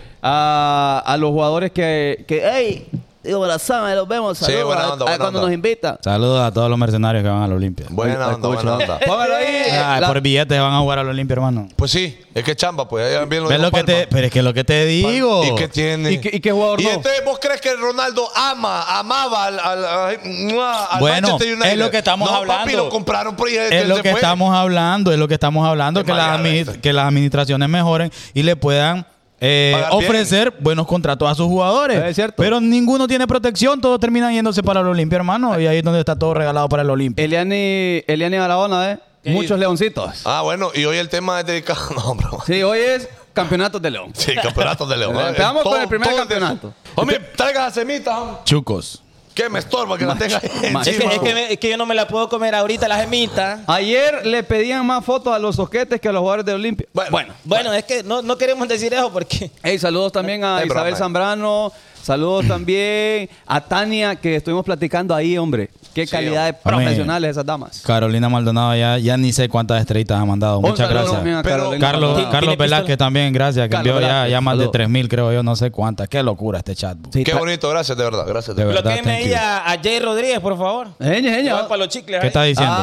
A los jugadores que hey, digo, Morazán, los vemos, Sí, saludos buena onda, buena cuando onda. nos invitan. Saludos a todos los mercenarios que van a la Olimpia. Buena onda, buena onda. Póngalo ahí. Por billetes van a jugar a la Olimpia, hermano. Pues sí, es que chamba, pues. Ahí bien ¿Ves lo que Palma. pero es que lo que te digo. ¿Y qué tiene? ¿Y qué jugador ¿Y no? entonces vos crees que Ronaldo amaba al Bueno, Manchester United? es lo que estamos no, hablando. Papi, lo compraron por Es lo que estamos hablando, Qué que mala que las administraciones mejoren y le puedan Pagar ofrecer buenos contratos a sus jugadores. Es cierto. Pero ninguno tiene protección, todos terminan yéndose para el Olimpia, hermano, y ahí es donde está todo regalado para el Olimpia. Eliani Barahona, muchos leoncitos. Ah, bueno, y hoy el tema es dedicado. No, bro. Sí, hoy es Campeonatos de León. Sí, campeonatos de León. Empezamos con el primer todo campeonato. eso. Hombre, traiga a semita, hombre. Chucos. Que me estorba que la tenga Macho. Es que, encima. es que yo no me la puedo comer ahorita, la gemita. Ayer le pedían más fotos a los soquetes que a los jugadores de Olimpia. Bueno, Bueno, es que no queremos decir eso porque... Hey, saludos también a Es Isabel broma. Zambrano, Saludos también a Tania, que estuvimos platicando ahí, hombre. Qué calidad de profesionales esas damas. Carolina Maldonado ya ni sé cuántas estrellitas ha mandado. Muchas saludo gracias. también a Pero Carolina Carlos Maldonado. Carlos Velázquez también, gracias. Que Carlos envió Velázquez, ya más de saludos. 3,000, creo yo, no sé cuántas. Qué locura este chat. Sí, Qué bonito, gracias, de verdad. Gracias. De verdad. Bloqueenme thank ahí you. a Jay Rodríguez, por favor. Genia, Ya voy genia. para los chicles. ¿Qué ahí. está diciendo?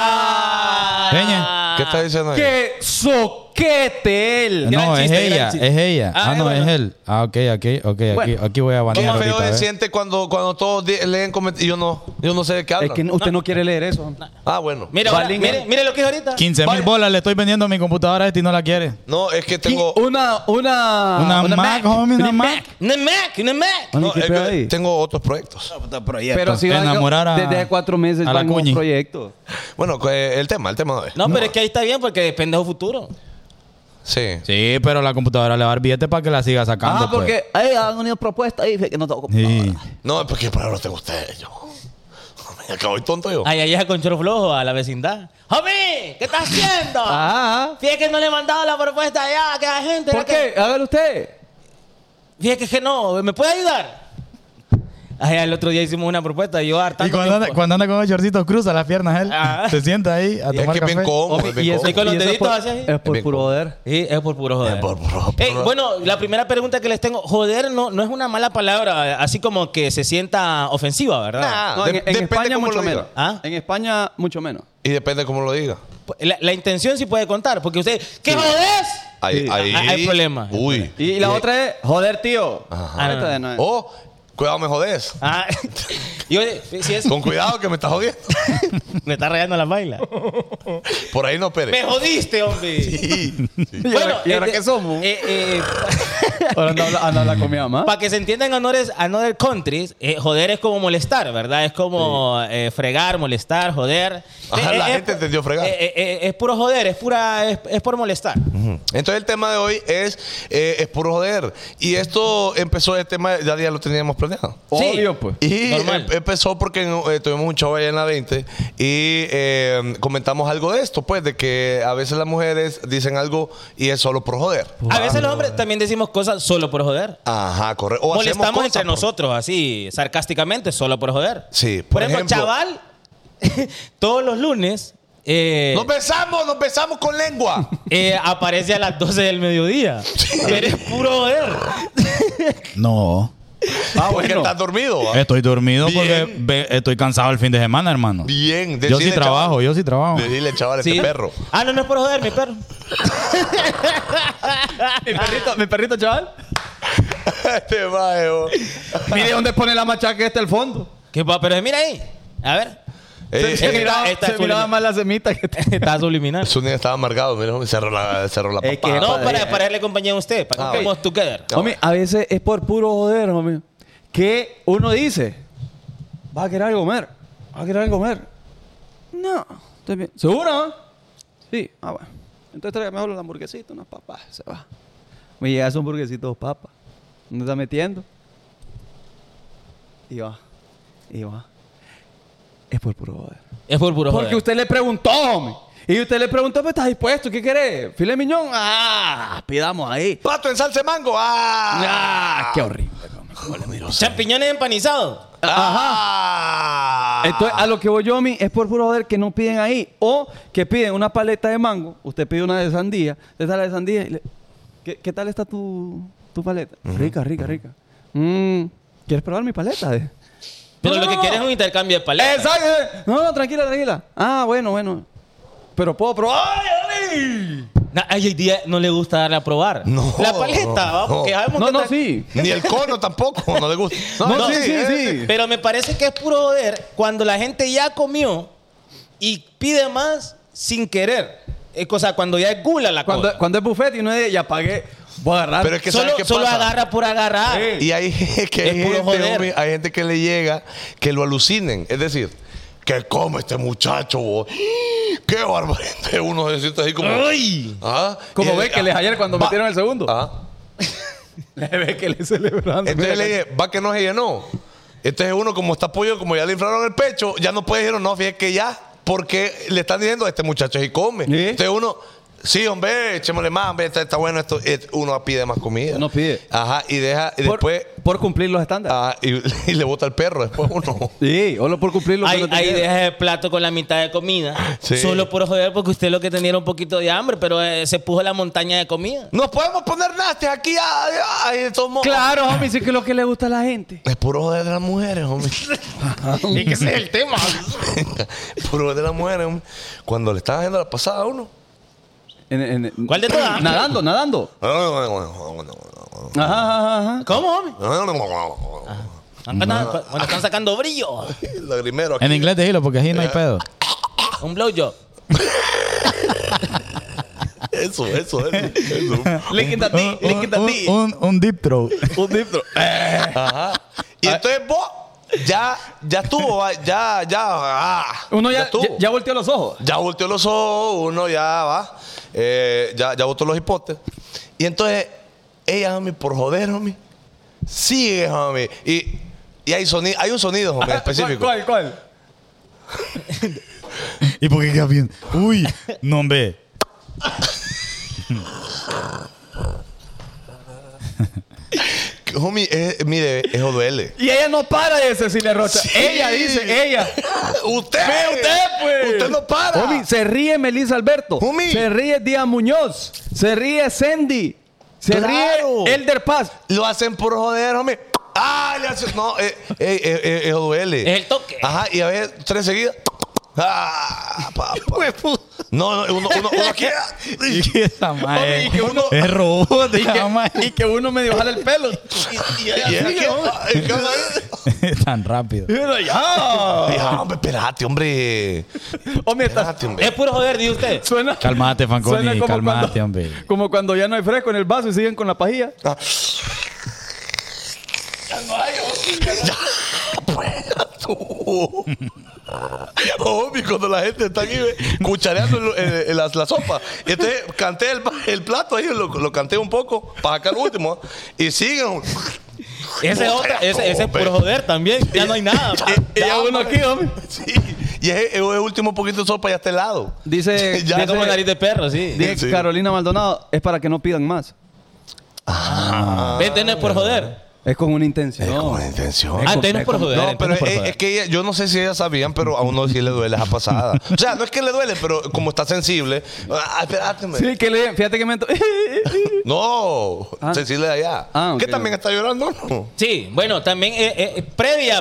Ah. ¿Qué está diciendo ahí? ¡Qué soquete él! No, gran es chiste, gran ella, chiste. es ella. Ah, no, bueno. es él. Ah, ok, Bueno. aquí voy a Qué banear feo ahorita. se ¿ves? siente cuando todos leen comentarios y yo no sé de qué Es hablan. que usted no quiere leer eso. Ah, bueno. Mira, Balín, mire lo que es ahorita. 15,000 bolas le estoy vendiendo a mi computadora a este y no la quiere. No, es que tengo... Una Mac, homie, una Mac. Una Mac. No, ¿Qué es pedo que ahí? tengo otros proyectos. Pero si va Enamorar a- desde hace 4 meses a la va en un Cuñi. proyecto. Bueno, el tema no es. No, pero es que ahí está bien porque depende de su futuro. Sí. Sí, pero la computadora le va a dar billete para que la siga sacando. Ah, porque ahí han unido propuestas y dice que no tengo pues. Sí. No, es porque para no tengo ustedes, yo. Me acabo tonto yo. Ay, allá con choro flojo a la vecindad. ¡Homie! ¿Qué estás haciendo? Ajá. Fíjate que no le he mandado la propuesta allá a que la gente. ¿Por qué? Hágalo usted. Fíjate que no. ¿Me puede ayudar? Ay, el otro día hicimos una propuesta y yo hartando. Y cuando anda con los shortcitos cruza las piernas él. Ah. Se sienta ahí a Y es tomar que es bien café. cómodo. Homie, es bien y eso- cómodo. con los y eso deditos por- así, así. Es por Bien puro cómodo. joder. Sí, es por puro joder. Es por puro- Bueno, la primera pregunta que les tengo, joder no es una mala palabra, así como que se sienta ofensiva, ¿verdad? Nah, No, en depende España cómo mucho lo diga. menos. ¿Ah? En España mucho menos. Y depende cómo lo diga. La intención sí puede contar, porque usted, ¿qué jodés? Ahí, Sí. ahí. Hay problema. Uy. Y la otra es, joder, tío. Ajá. Esta de no es. O, cuidado, me jodés. Ah, y oye, si es, Con cuidado que me estás jodiendo. me está rayando la baila. Por ahí no, Pérez. Me jodiste, hombre. Sí. ¿Y ahora qué somos? Ahora anda a hablar con mi mamá. Para que se entienda en another countries, joder es como molestar, ¿verdad? Es como fregar, molestar, joder. Ajá, la gente entendió fregar. Es puro joder, es por molestar. Entonces el tema de hoy es puro joder. Y esto empezó, el tema ya lo teníamos planeado. Obvio, pues. Y Normal. empezó porque tuvimos un show allá en la 20 y comentamos algo de esto, pues, de que a veces las mujeres dicen algo y es solo por joder. A veces los hombres también decimos cosas solo por joder. Ajá, correcto. O hacemos Molestamos cosas entre por- nosotros, así, sarcásticamente, solo por joder. Sí, Por ejemplo, chaval, todos los lunes Nos besamos con lengua. aparece a las 12 del mediodía. Pero es puro joder. No. Porque estás dormido. ¿va? Estoy dormido Bien. porque estoy cansado el fin de semana, hermano. Bien. Yo sí trabajo, yo sí trabajo. Dile, chaval, Sí. este perro. Ah, no es por joder, mi perro. Mi perrito, chaval. Este majo. Mire dónde pone la machaca este al fondo. ¿Qué pa? Pero mira ahí. A ver. Se miraba, esta se es miraba subliminal. más la semita que Está subliminal. Su niño estaba amargado, mira, cerró la Es que papada. No, padre. para darle compañía a usted, para que estemos together. Homie, a veces es por puro joder, homie. Que uno dice, ¿vas a querer algo comer? ¿Vas a querer algo comer? No, estoy bien. ¿Seguro? Sí, bueno. Entonces tráigame mejor la hamburguesita, unas papas, se va. Me llega su hamburguesito, papas. ¿Dónde está metiendo? Y va. Es por puro joder. Es por puro Porque joder. usted le preguntó, homie. Y usted le preguntó, pues, ¿estás dispuesto? ¿Qué querés? ¿Filet miñón? Pidamos ahí. Pato en salsa de mango. Qué horrible. Champiñones empanizados. Entonces, a lo que voy yo, es por puro joder que no piden ahí. O que piden una paleta de mango. Usted pide una de sandía. Usted está la de sandía. Y ¿Qué tal está tu paleta? Rica. ¿Quieres probar mi paleta? Pero No, lo que no. quieres es un intercambio de paletas. Exacto. No, tranquila. Bueno. Pero puedo probar. ¡Ay! Ay, hoy día no le gusta darle a probar. No, La paleta, ¿va? Porque sabemos que está- Sí. Ni el cono tampoco, no le gusta. No, sí. Pero me parece que es puro joder cuando la gente ya comió y pide más sin querer. O sea, cuando ya es gula la cosa. Cuando es buffet y uno dice, ya pagué, voy a agarrar. Pero es que ¿sabes qué Solo pasa? agarra por agarrar. Y hay, que hay, Es puro gente, joder. homie, hay gente que le llega que lo alucinen. Es decir, ¿qué come este muchacho? Vos? ¡Qué barbaridad! Uno se siente así como... ¡Ay! ¿Ah? Como Y- ve que les ayer cuando metieron el segundo. ¿Ah? Le ve que le celebrando. Entonces le dije, va que no se llenó. Entonces uno como está pollo, como ya le inflaron el pecho, ya no puede decir, no, fíjate que ya, porque le están diciendo a este muchacho si come. ¿Sí? Entonces uno, Sí, hombre, echémosle más, hombre, está bueno esto. Uno pide más comida. Uno pide. Ajá, y deja, y después. Por cumplir los estándares. Y le bota el perro después uno. Sí, solo por cumplir los Ahí estándares. deja el plato con la mitad de comida. Sí. Solo por joder, porque usted lo que tenía era un poquito de hambre, pero se puso la montaña de comida. Nos podemos poner nasty aquí de todos modos. Claro, homie, sí que es lo que le gusta a la gente. Es puro joder de las mujeres, hombre. Y que ese es el tema. Puro joder de las mujeres, hombre. Cuando le estás haciendo la pasada a uno. ¿Cuál de todas? Nadando. Ajá. ¿Cómo, hombre? Cuando están sacando brillo. Lagrimero aquí. En inglés dilo, porque así no hay pedo. Un blowjob. Eso. Lick it a D, lick it a D. Un deep throat. Un deep throat. Ajá. Y entonces vos ya estuvo, Uno ya estuvo. ya volteó los ojos. Ya volteó los ojos, uno ya va, ya botó los hipotes. Y entonces, ella, homie, por joder, homie, sigue, homie. Y hay un sonido, homie, específico. ¿Cuál? ¿Y por qué queda bien? Uy, no, hombre. Homie, mire, eso duele. Y ella no para de Cecilia Rocha. Sí. Ella dice, ella. Usted pues. Usted no para. Homie, se ríe Melissa Alberto. Homie. Se ríe Díaz Muñoz. Se ríe Sandy. Se Claro. ríe Elder Paz. Lo hacen por joder, homie. Le hacen. No, eso duele. Es el toque. Ajá, y a ver, 3 seguidas. Papá. No, uno aquí. Y esa madre. Y que uno- Es robot, esa Y madre. que uno medio jala el pelo. Y aquí, Tan rápido. Ya, hombre, espérate, hombre. Homie, Espérate, hombre. Es puro joder, dice usted. suena. Cálmate, suena Fanconi, como cálmate, cuando- hombre. Como cuando ya no hay fresco en el vaso y siguen con la pajilla. Hombre, cuando la gente está aquí cuchareando la sopa. Y entonces canté el plato ahí, lo canté un poco para sacar el último. Y siguen. Ese es puro joder también. Ya no hay nada. Y ya uno aquí, homie. Sí. Y el último poquito de sopa ya está helado. Dice, Ya Es como nariz de perro, sí. dice Sí. Carolina Maldonado, es para que no pidan más. Vete, no es por joder. Es con una intención. Con una intención. Antes no es por joder. No, entonces pero no es por joder. es que yo no sé si ellas sabían, pero a uno sí le duele esa pasada. O sea, no es que le duele, pero como está sensible. Espérate, hombre. Sí, que le fíjate que me... No, Cecilia de allá. Ah, ok. ¿Qué también está llorando? No. Sí, bueno, también previa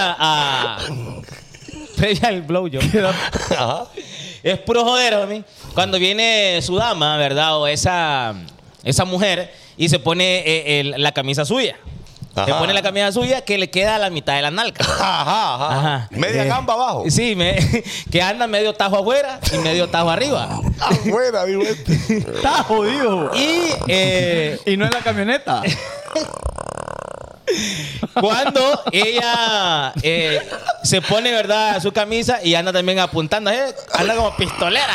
al blowjob. Ajá. Es puro joder, homie. Cuando viene su dama, ¿verdad? O esa mujer y se pone la camisa suya. Se Ajá. pone la camisa suya que le queda a la mitad de la nalga. Ajá. Ajá. Media gamba abajo. Sí, que anda medio tajo afuera y medio tajo arriba. Afuera, digo este. Está jodido. Y Y no en la camioneta. cuando ella se pone, ¿verdad?, su camisa y anda también apuntando, anda como pistolera.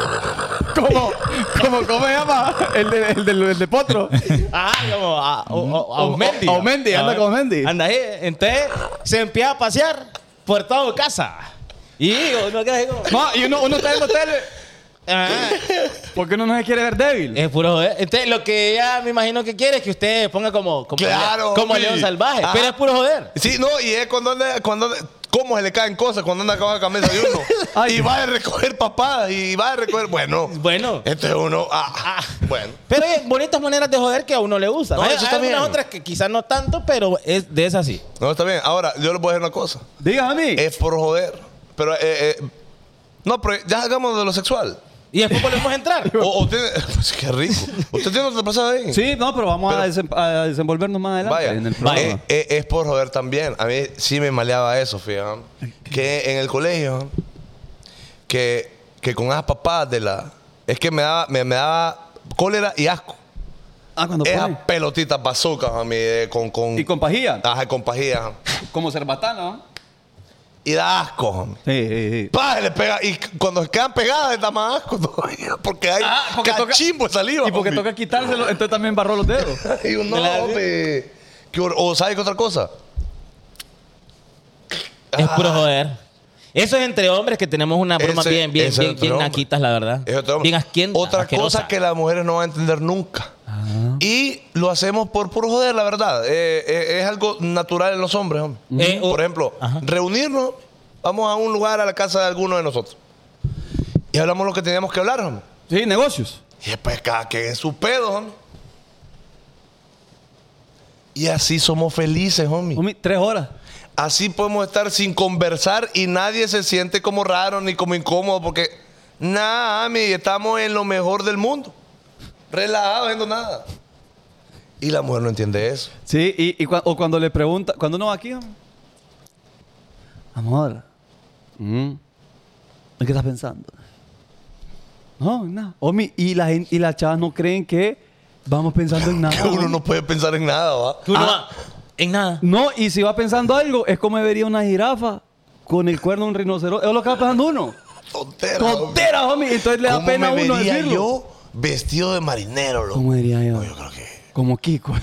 ¿Cómo se llama? El de Potro. Ajá, como Aumendi. Aumendi, anda como Aumendi. Anda ahí. Entonces se empieza a pasear por toda casa. Y uno queda ahí como... No, y uno está en el hotel. ¿Por qué uno no se quiere ver débil? Es puro joder. Entonces, lo que ella me imagino que quiere es que usted ponga como Claro, como hombre. león salvaje. Ajá. Pero es puro joder. Sí, no, y es cuando cómo se le caen cosas cuando anda con la camisa de uno. Ay. Y va a recoger papadas y va a recoger. Bueno. Bueno. Entonces uno. Bueno. Pero hay bonitas maneras de joder que a uno le gusta. No, Hay eso está algunas bien. otras que quizás no tanto, pero es de esas sí. No, está bien. Ahora, yo les voy a decir una cosa. Diga a mí. Es por joder. Pero, no, pero ya hagamos de lo sexual. Y después volvemos a entrar. O usted. Pues, qué rico. ¿Usted tiene otra pasada ahí? Sí, no, pero vamos a desenvolvernos más adelante Vaya, en el programa. es por joder también. A mí sí me maleaba eso, fíjate. Que en el colegio, que con esas papadas de la... Es que me daba cólera y asco. Cuando Esas pone. pelotitas bazookas a mí con... Y con pajilla. Ajá, con pajilla. Como cerbatana, ¿no? Y da asco, homie. Sí. Pa, se le pega. Y cuando se quedan pegadas, da más asco todavía. Porque hay cachimbo de saliva. Y porque homie. toca quitárselo, entonces también barró los dedos. Y uno, De la- no, hombre. O ¿sabes qué otra cosa? Es puro joder. Eso es entre hombres que tenemos una broma Ese- bien ese entre hombres. naquitas, la verdad. Es otro- Bien Otra asquerosa. cosa que las mujeres no van a entender nunca. Y lo hacemos por puro joder, la verdad. Es algo natural en los hombres, hombre. Por ejemplo, reunirnos, vamos a un lugar, a la casa de alguno de nosotros. Y hablamos lo que teníamos que hablar, hombre. Sí, negocios. Y después cada quien en su pedo, hombre. Y así somos felices, homie. Homie, 3 horas. Así podemos estar sin conversar y nadie se siente como raro ni como incómodo porque nada, mi, estamos en lo mejor del mundo. Relajados, haciendo nada. Y la mujer no entiende eso. Sí, o cuando le pregunta, cuando uno va aquí, amor, ¿en qué estás pensando? No, en nada. Homie, y las chavas no creen que vamos pensando en nada. Que uno homie. no puede pensar en nada, ¿va? Que uno va en nada. No, y si va pensando algo, es como vería una jirafa con el cuerno de un rinoceronte. Es lo que va pensando uno. Tontera. Tontera, homie. Entonces le da ¿Cómo pena a me uno vería decirlo. yo vestido de marinero, loco? ¿Cómo diría yo? No, yo creo que... Como Kiko.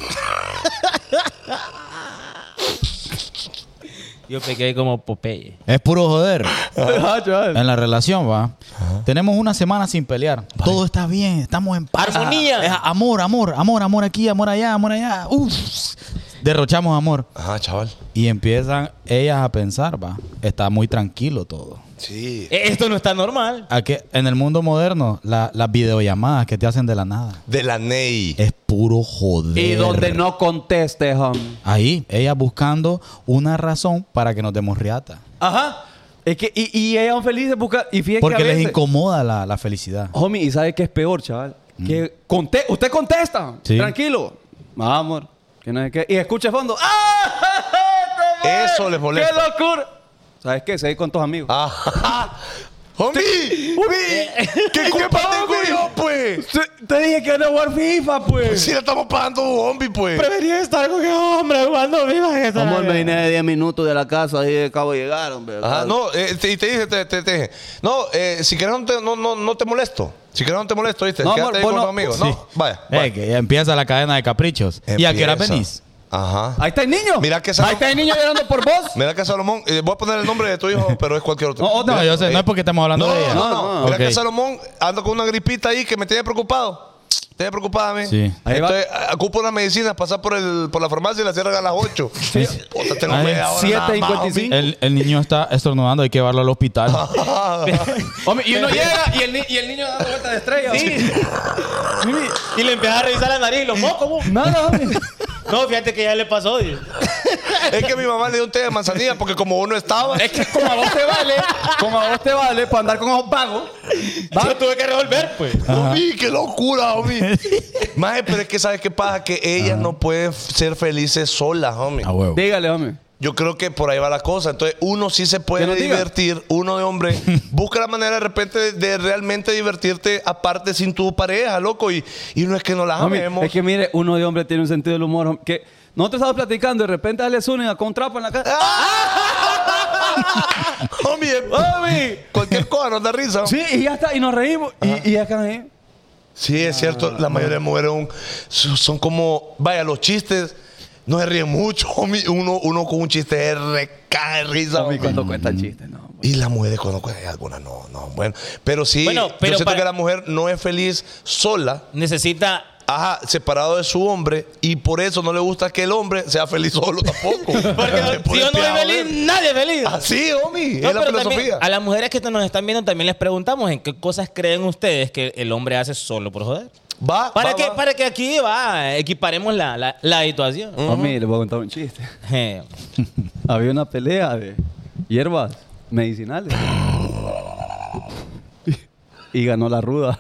Yo pegué como Popeye. Es puro joder. Ah, chaval. En la relación, va. Tenemos una semana sin pelear. Todo está bien, estamos en paz. Armonía. Es amor aquí, amor allá. Uf. Derrochamos amor. Ajá, chaval. Y empiezan ellas a pensar, va. Está muy tranquilo todo. Sí. Esto no está normal. En el mundo moderno, las videollamadas que te hacen de la nada De la Ney. es puro joder. Y donde no conteste, homie. Ahí, ellas buscando una razón para que nos demos riata. Ajá. Es que, y ellas son felices buscar. Y fíjate Porque que a les veces, incomoda la felicidad. homie, ¿y sabe qué es peor, chaval? Que usted contesta. Sí. Tranquilo. Amor. Que no sé qué. Y escucha de fondo. ¡Ah! Eso les molesta. ¡Qué locura! ¿Sabes qué? Se con tus amigos. Ajá. ¡Homie! ¿Qué culpa tengo yo, pues? Te dije que no jugar FIFA, pues. Si le estamos pagando un homie, pues. Prefería estar con el hombre jugando viva que estar Amor, acá. me vine de 10 minutos de la casa y acabo de llegar, hombre. Ajá, no, y te dije, te dije, no, si querés no te molesto. Si querés no te molesto, ¿viste? No, Quédate amor, ahí vos con no- tus amigos. Sí. No, vaya. Que ya empieza la cadena de caprichos. ¿Y a qué hora Empieza. venís? Ajá. Ahí está el niño. Mira que Ahí está el niño llorando por vos. Mira que Salomón, voy a poner el nombre de tu hijo, pero es cualquier otro. No, yo sé, no es porque estamos hablando No, de ella. no. Mira Ok. que Salomón anda con una gripita ahí que me tiene preocupado. Tiene preocupada a mí. Sí. Ahí va. Entonces, ocupo una medicina, pasar por la farmacia y la cierran a las 8. Puta, tengo Ay, media hora nada más, 7:55. El niño está estornudando, hay que llevarlo al hospital. Hombre, y uno llega y el niño dando vueltas de estrella. Sí. Y le empieza a revisar la nariz y los mocos. ¿cómo? Nada, hombre. No, fíjate que ya le pasó. Dice. Es que mi mamá le dio un té de manzanilla porque como uno estaba. Es que como a vos te vale para andar con ojos vagos. Yo tuve que revolver, pues. Homie, qué locura, homie. Maje, pero es que ¿sabes qué pasa? Que ellas no pueden ser felices solas, homie. A huevo. Dígale, hombre. Yo creo que por ahí va la cosa. Entonces, uno sí se Que puede nos diga. divertir. Uno de hombre busca la manera de repente de realmente divertirte aparte sin tu pareja, loco. Y no es que no la Homie, amemos. es que mire, uno de hombre tiene un sentido del humor. Homie, que nosotros estamos platicando y de repente dale Zúñiga con un trapo en la cara. Homie, cualquier cosa nos da risa. Sí, y ya está, y nos reímos. Y acá ahí. Sí, es cierto. La mayoría de mujeres son como... Vaya, los chistes no se ríen mucho, homie. Uno con un chiste se recae de risa. Homie, homie. cuando cuentan chistes, no. Y las mujeres cuando cuentan algunas, no. Bueno, pero sí, Bueno, pero yo siento para- que la mujer no es feliz sola. Necesita. Ajá, separado de su hombre. Y por eso no le gusta que el hombre sea feliz solo tampoco. Porque si yo no soy feliz, nadie es feliz. Así, homie. No, es la pero también, filosofía. a las mujeres que nos están viendo también les preguntamos en qué cosas creen ustedes que el hombre hace solo por joder. Va, Para que aquí equiparemos la situación. Homie, les voy a contar un chiste. Había una pelea de hierbas medicinales. Y ganó la ruda.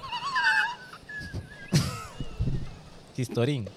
Historin.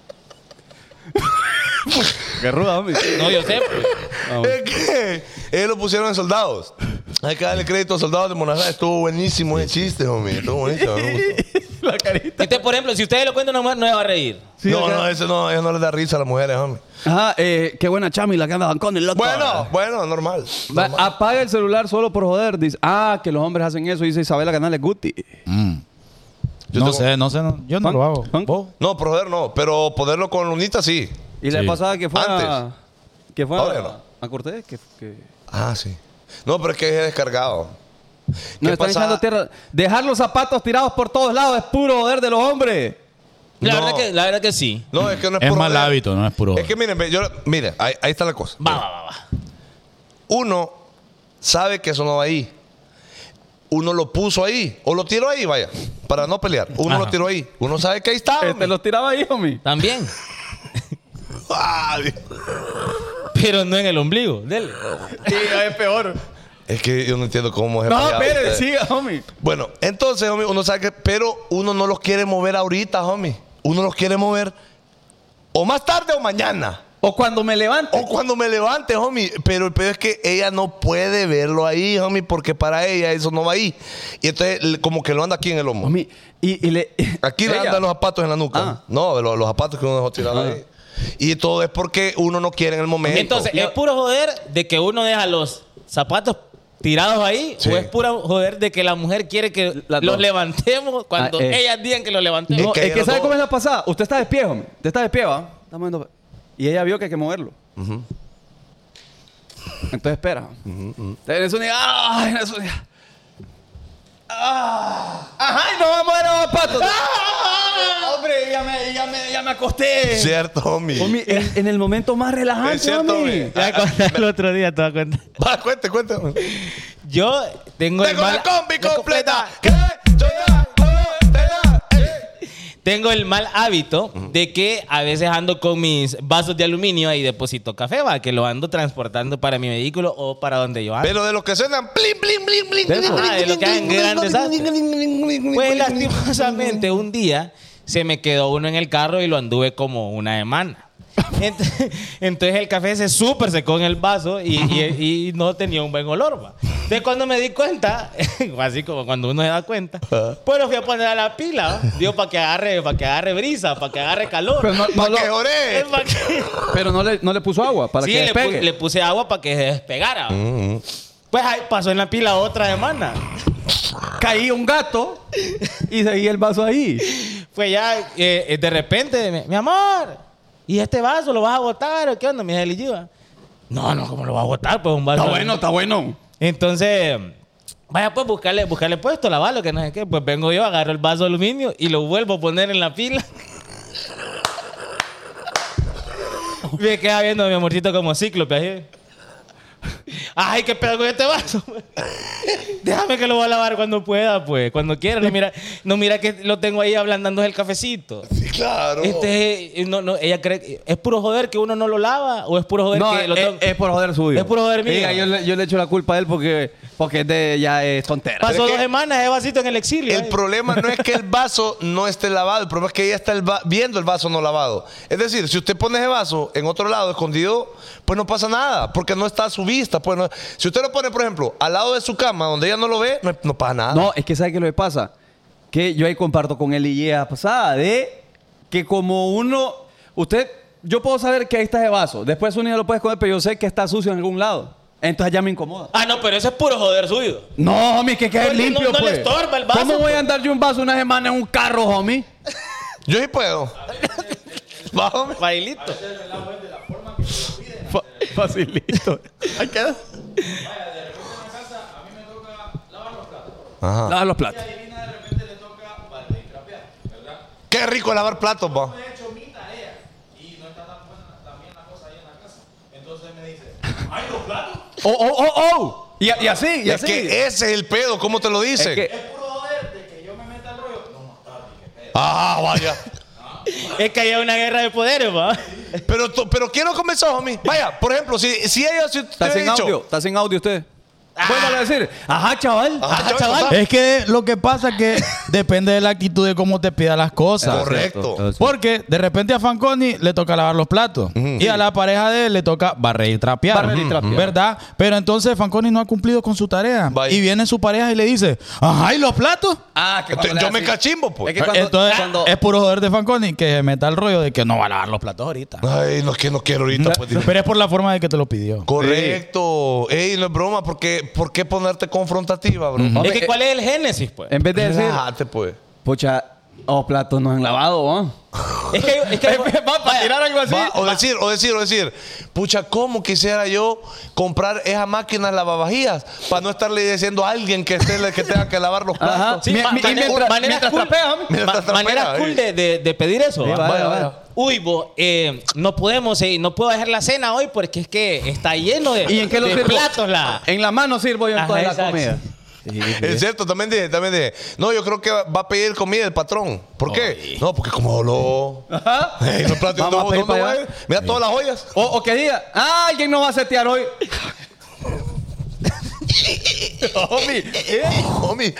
¿Qué ruda, homie? No, yo sé. Pues. Es que ellos lo pusieron en soldados. Hay que darle crédito a soldados de Monarra. Estuvo buenísimo ese chiste, homie. Estuvo buenísimo. Me gustó. La carita. Usted, por ejemplo, si ustedes lo cuentan a una mujer, no se va a reír. Sí, no, acá. no, eso no les da risa a las mujeres, homie. Ajá, qué buena chami la que anda con el loco. Bueno, normal. Va, normal. apaga el celular solo por joder. Dice, que los hombres hacen eso. Dice Isabela Canales Guti. Yo No tengo- sé, yo no lo hago. Juan. ¿Vos? No, por joder no. Pero poderlo con Lunita sí. Y la Sí. pasada que fue Antes. que fue Ahora no. a Cortés. Que... Ah, sí. No, pero es que es descargado. Nos están echando tierra. Dejar los zapatos tirados por todos lados es puro joder de los hombres. La No. verdad que sí. No, es que no es Es por mal joder. hábito, no es puro. Es que miren, mire, ahí está la cosa. Va. Uno sabe que eso no va ahí. Uno lo puso ahí. O lo tiró ahí, vaya. Para no pelear. Uno Ajá. lo tiró ahí. Uno sabe que ahí está. Te los tiraba ahí, homie. También. Ah, Dios. Pero no en el ombligo. Dele. Sí, es peor. Es que yo no entiendo cómo es. No, fallado espere, ustedes. siga, homie. Bueno, entonces, homie, uno sabe que... Pero uno no los quiere mover ahorita, homie. Uno los quiere mover o más tarde o mañana. O cuando me levante. O cuando me levante, homie. Pero el peor es que ella no puede verlo ahí, homie, porque para ella eso no va ahí. Y entonces como que lo anda aquí en el hombro. Homie, y le... Aquí le Ella. andan los zapatos en la nuca. Ah. No, los zapatos que uno dejó tirados ahí. Y todo es porque uno no quiere en el momento. Entonces, ¿es puro joder de que uno deja los zapatos tirados ahí? Sí. ¿O es puro joder de que la mujer quiere que Las los dos. levantemos cuando Ah, ellas digan que los levantemos? No, Es que es que los ¿sabe dos- cómo es la pasada? Usted está de pie, homie. Usted está de pie, ¿va? Está moviendo... Y ella vio que hay que moverlo. Entonces espera. Entonces un día... ¡Ay! En un día... ¡Ah! ¡Ajá! Y no va a mover los zapatos. ¡Ah! ¡Hombre! Ya me acosté. Cierto, homie. Homie, en el momento más relajante, Es cierto, homie. homie. Te voy a contar el otro día, te voy a contar. Va, cuente. Yo tengo el Tengo mal... la combi completa. Tengo el mal hábito de que a veces ando con mis vasos de aluminio y deposito café, va, que lo ando transportando para mi vehículo o para donde yo ando. Pero de los que suenan plin, plin, plin, plin. De eso. Ah, de lo que hacen grandes Pues lastimosamente un día se me quedó uno en el carro y lo anduve como una semana. Entonces el café se súper secó en el vaso y no tenía un buen olor, va. Entonces cuando me di cuenta, así como cuando uno se da cuenta, pues lo fui a poner a la pila, ¿va? Digo, para que agarre brisa, para que agarre calor. Pero no, ¿Para lo- qué oré? Pa' que- pero no le puso agua para Sí, que le despegue. puse agua para que se despegara. ¿Va? Pues ahí pasó en la pila otra semana. Caía un gato y seguía el vaso ahí. Pues ya, de repente, mi amor, ¿y este vaso lo vas a botar o qué onda? Me dice el Ichiba. No, ¿cómo lo vas a botar? Pues un vaso. Está bueno. Entonces, vaya pues, buscarle puesto, lavarlo, que no sé qué. Pues vengo yo, agarro el vaso de aluminio y lo vuelvo a poner en la pila. Me queda viendo a mi amorcito como cíclope así. Ay, qué pedo con este vaso. Déjame que lo voy a lavar cuando pueda, pues. Cuando quiera. No mira que lo tengo ahí ablandando el cafecito. Sí, claro. Ella cree... ¿Es puro joder que uno no lo lava? ¿O es puro joder No, que lo tengo? es por joder suyo. Es por joder mío. Diga, yo le echo la culpa a él porque ya es tontera. Pasó Pero es 2 que semanas de vasito en el exilio. El problema no es que el vaso no esté lavado, el problema es que ella está viendo el vaso no lavado. Es decir, si usted pone ese vaso en otro lado, escondido, pues no pasa nada, porque no está a su vista. Pues no. Si usted lo pone, por ejemplo, al lado de su cama, donde ella no lo ve, no pasa nada. No, es que ¿sabe qué es lo que pasa? Que yo ahí comparto con él y ella pasada de que como yo puedo saber que ahí está ese vaso. Después uno ya lo puede esconder, pero yo sé que está sucio en algún lado. Entonces ya me incomoda. Ah, no, pero ese es puro joder suyo. No, homie, que quede Porque limpio, no pues. le estorba el vaso, ¿Cómo voy pues? a andar yo un vaso una semana en un carro, homie? Yo sí puedo. Bájame. Bailito. Facilito. Ahí queda. Ajá. Lavar los platos. Qué rico lavar platos, pa. Oh. Y así, y Es así. que ese es el pedo, ¿cómo te lo dicen? Es que- Ah, vaya. Es que hay una guerra de poderes, va. Pero ¿quién lo comenzó, homie? Vaya, por ejemplo, si ella si te Está hubiera sin dicho, audio. Está sin audio usted. Vuelva a decir. Ajá, chaval. Ajá, chaval. chaval. Es que lo que pasa es que depende de la actitud de cómo te pida las cosas. Correcto. Porque de repente a Fanconi le toca lavar los platos. Y a la pareja de él le toca barrer y trapear. Barrer y trapear. ¿Verdad? Pero entonces Fanconi no ha cumplido con su tarea. Vaya. Y viene su pareja y le dice, ajá, ¿y los platos? Ah, que Entonces, yo me cachimbo, pues. Es que Entonces cuando- es puro joder de Fanconi que se meta el rollo de que no va a lavar los platos ahorita. Ay, no es que no quiero ahorita, pues. dile. Pero es por la forma de que te lo pidió. Correcto. Ey, no es broma, ¿por qué ponerte confrontativa, bro? Es que ¿cuál es el génesis, pues? En vez de decir, Relájate, pues. pucha, platos no han lavado, ¿no? Es que Va para tirar algo así. Va, o decir, pucha, ¿cómo quisiera yo comprar esa máquina lavavajillas para no estarle diciendo a alguien que tenga que lavar los platos? Ajá. Sí, Mientras trapea, homie. Mientras trapea, manera cool de pedir eso. Sí, ¿va? vaya. Uy, vos, no puedo dejar la cena hoy porque es que está lleno de, ¿Y en qué lo de sirvo? platos la. En la mano sirvo yo en Ajá, toda la exacto. comida. Es cierto, también dije. No, yo creo que va a pedir comida el patrón. ¿Por qué? No, porque como lo... Ajá. Los platos, Vamos a pedir ¿dónde para voy? allá. Mira todas las ollas. O que diga, alguien nos va a setear hoy. Homie. Homie.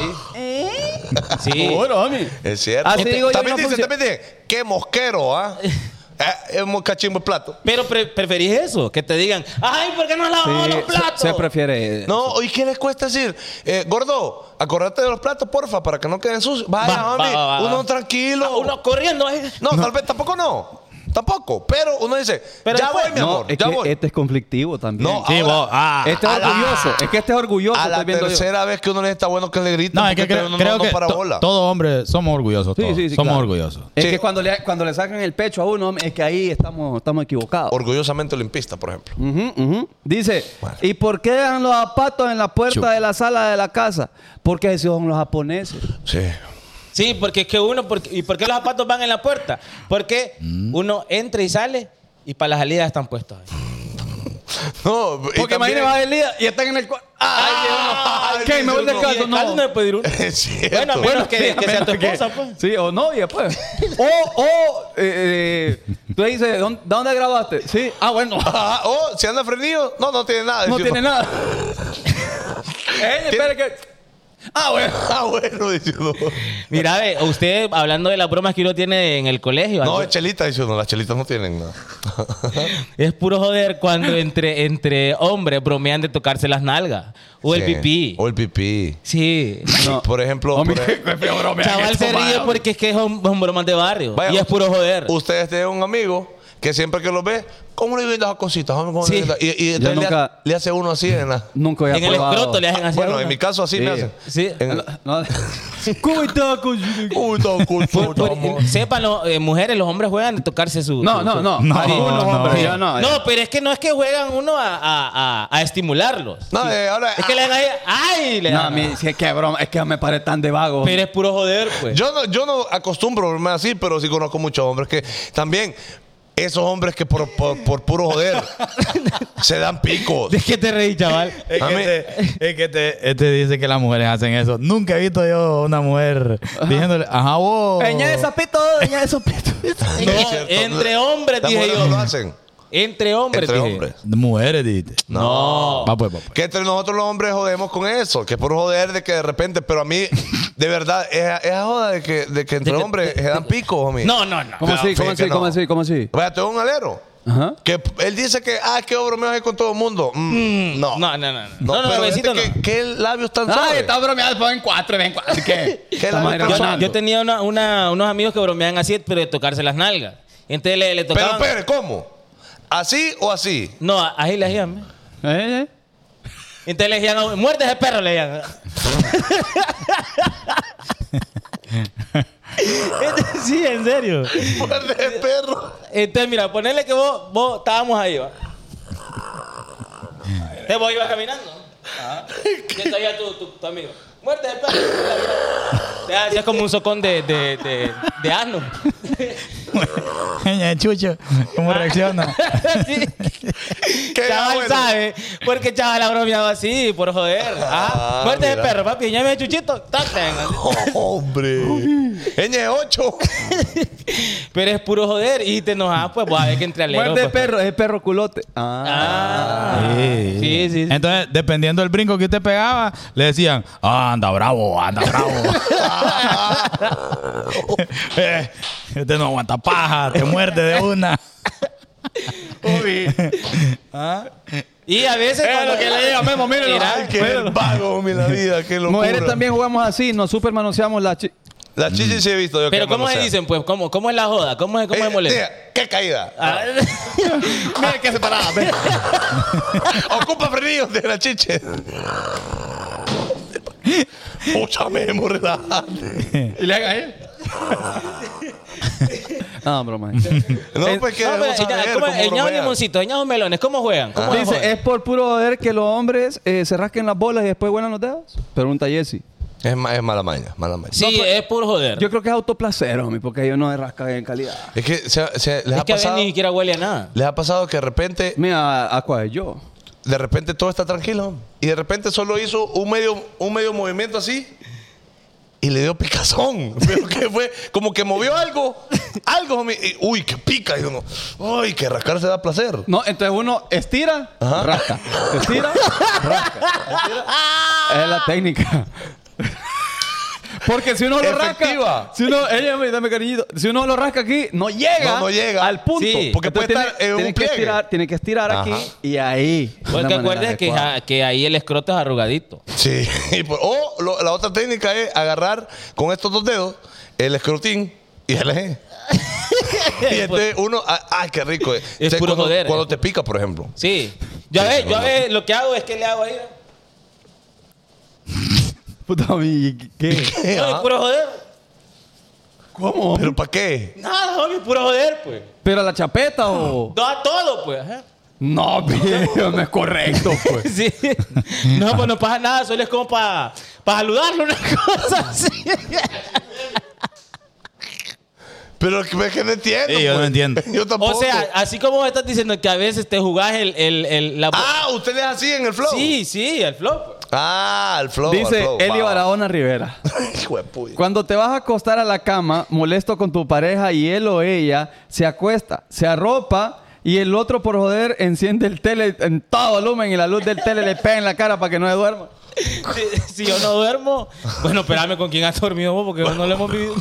Sí. Bueno, homie. Es cierto. Así digo yo, También no dice, funciona. qué mosquero, ¿ah? Es muy cachimbo el plato. Pero preferís eso, que te digan, ay, ¿por qué no lavamos los platos? Se prefiere. No, ¿y qué les cuesta decir? Gordo, acordate de los platos, porfa, para que no queden sucios. Vaya, homie, uno tranquilo. Uno corriendo. No, tal vez tampoco no. Tampoco. Pero uno dice, Pero ya después- voy, mi No, amor, es ya que voy. este es conflictivo también. No, Sí, ahora, vos. Este es orgulloso. Es que este es orgulloso. a la estoy viendo yo. tercera vez que uno le está bueno que le griten. No, es que porque creo no que para bola. todo hombre somos orgullosos. Sí, todos. sí, sí, somos claro. orgullosos. Es Sí. que cuando le sacan el pecho a uno, es que ahí estamos equivocados. Orgullosamente olimpista, por ejemplo. Dice, Bueno. ¿y por qué dejan los zapatos en la puerta Chu. de la sala de la casa? Porque así son los japoneses. Sí. Sí, porque es que ¿y por qué los zapatos van en la puerta? Porque uno entra y sale y para la salida están puestos ahí. No, y Porque también- imagínate, va el día y están en el cuarto. ¡Ay, ¿qué? ¿Me voy del Y caso? el caldo no No. puede ir uno. Es cierto. Bueno, a menos que sea tu menos que- esposa, pues. Sí, o novia, pues. Tú dices, ¿dónde grabaste? Sí. Ah, bueno. Ajá, o si anda frenillo, no tiene nada. No dice tiene uno. nada. Espera que... Ah, bueno. Ah, bueno, dice uno. Mira, ve, usted hablando de las bromas que uno tiene en el colegio. No, algo- es chelita, dice uno. Las chelitas no tienen nada. es puro joder cuando entre hombres bromean de tocarse las nalgas. O el Sí. pipí. O el pipí. Sí. No. Por ejemplo, Homie, por ej- qué feo bromear Chaval esto, se ríe mano. porque es que son bromas de barrio. vaya, y es puro joder. Ustedes tienen un amigo que siempre que lo ve, ¿cómo le vienen las cositas? ¿Cómo Sí. le vienen? Y entonces nunca- le hace uno así en la... Nunca había En el probado. escroto le hacen así. a Bueno, uno. en mi caso así Sí. me hacen. Sí. No. ¿Cómo está? Uy, no, Sepan, mujeres, los hombres juegan de tocarse su. No. Algunos no. hombres, ya no. No, pero es que no es que juegan uno a estimularlos. No, ahora... Es que le dan ahí. ¡Ay! Le No, dan. a mí, sí, es que broma, es que me parece tan de vago. Pero es puro joder, pues. Yo no acostumbro a verme así, pero sí conozco muchos hombres que también... Esos hombres que por puro joder se dan picos. ¿De qué te reí, chaval? Es A mí- que este dice que las mujeres hacen eso. Nunca he visto yo una mujer diciéndole, ajá, vos. Eña de sapito, eña de sapito. No, Es cierto. entre hombres, Las dije mujeres yo. no lo hacen. Entre hombres, Entre dije. hombres. Mujeres, dijiste. No. Va pues. Que entre nosotros los hombres jodemos con eso, que por joder de que de repente, pero a mí, de verdad, esa joda de que entre que- hombres se dan picos, homie. No. ¿Cómo así? Fíjate ¿Cómo así? que no. ¿Cómo así? ¿Cómo así? Vaya, tengo un alero. Ajá. Que él dice que, es que yo bromeo ahí con todo el mundo. No. No, pero besito no. ¿qué labios tan Ay, suaves? está bromeado, pues ven cuatro. ¿Qué? ¿Qué Estamos labios tan grabando. suaves? Yo tenía unos amigos que bromeaban así, pero de tocarse las nalgas. Entonces le Pero tocaban. espere, ¿cómo? ¿Así o así? No, ahí le decían. Entonces le decían, muerte ese perro, le decían. Sí, en serio. Muerde de perro. Entonces, mira, ponele que vos estábamos ahí, ¿va? Entonces vos ibas caminando. Y entonces ya tu amigo. Muerte de perro. Te hacías como un socón de asno. Chucho, ¿cómo reacciona? Sí. Qué Chaval bueno. sabe, porque chaval ha bromeado así, por joder. Ah, Muerte de mira. perro, papi, ya me chuchito. Tac, tenga. Hombre. Ñ 8. Pero es puro joder y te enojas, pues vos a ver que entre alero. Muerde pues. perro, es perro culote. Sí. Entonces, dependiendo del brinco que usted pegaba, le decían, anda bravo. Usted no aguanta paja, te muerde de una. Y a veces cuando que le diga, Memo, míralo. Mira, Ay, Qué vago, homie, la vida, qué locura. Mujeres también jugamos así, nos super manoseamos la La chichi sí he visto yo. pero que ¿cómo se manosea. dicen, pues? ¿Cómo es la joda? ¿Cómo se molesta? Tía, ¿qué caída? Ah, Mira que se paraba. Ocupa frenillos de la chiche. Pucha, Memo, relájate. Y le haga ahí. No, broma. No, pues que No, pero, vamos a ver ¿cómo- cómo Ñao bromean. Limoncito, Ñao Melones, ¿cómo juegan? ¿Cómo Dice, juegan? es por puro joder que los hombres se rasquen las bolas y después huelan los dedos. Pregunta Jessy. Es mala maña, mala maña. Sí, es por joder. Yo creo que es autoplacer, homie, porque ellos no se rascan en calidad. Es que les es ha que a veces pasado... ni siquiera huele a nada. Les ha pasado que Mira, ¿a cuál? Yo. de repente todo está tranquilo y de repente solo hizo un medio movimiento así y le dio picazón. Pero que fue como que movió algo, homie, y, uy, que pica. Y uno, uy, que rascarse da placer. No, entonces uno estira, Ajá. rasca. Estira, rasca. Estira. Es la técnica. Porque si uno lo Efectiva. rasca, si uno, dame cariñito, si uno lo rasca aquí, no llega, No llega. al punto. Sí. Porque puede Entonces estar en un que pliegue. estirar, tiene que estirar aquí Ajá. y ahí. Porque acuerdes que ahí el escroto es arrugadito. Sí. La otra técnica es agarrar con estos dos dedos el escrotín y el eje. Y entonces uno, ay, qué rico. Es puro joder. Cuando te pica, por ejemplo. Sí. Yo a ver, lo que hago es que le hago ahí. Puta, ¿y qué? No, es puro joder. ¿Cómo? ¿Pero para qué? Nada, homie, puro joder, pues. ¿Pero a la chapeta o...? No a todo, pues. ajá. No, pero no es correcto, pues. Sí. No, pues no pasa nada, solo es como para saludarlo, una cosa así. Pero es que no entiendo. Sí, yo no pues. entiendo. Yo tampoco. O sea, así como estás diciendo que a veces te jugás la... usted le es así en el flow. Sí, el flow. Pues. El flow. Dice el flow. Eli Va. Barahona Rivera. Hijo de puya. Cuando te vas a acostar a la cama, molesto con tu pareja y él o ella se acuesta, se arropa y el otro por joder enciende el tele en todo volumen y la luz del tele le pega en la cara para que no se duerma. Si yo no duermo... Bueno, espérame con quién has dormido vos porque no lo hemos vivido.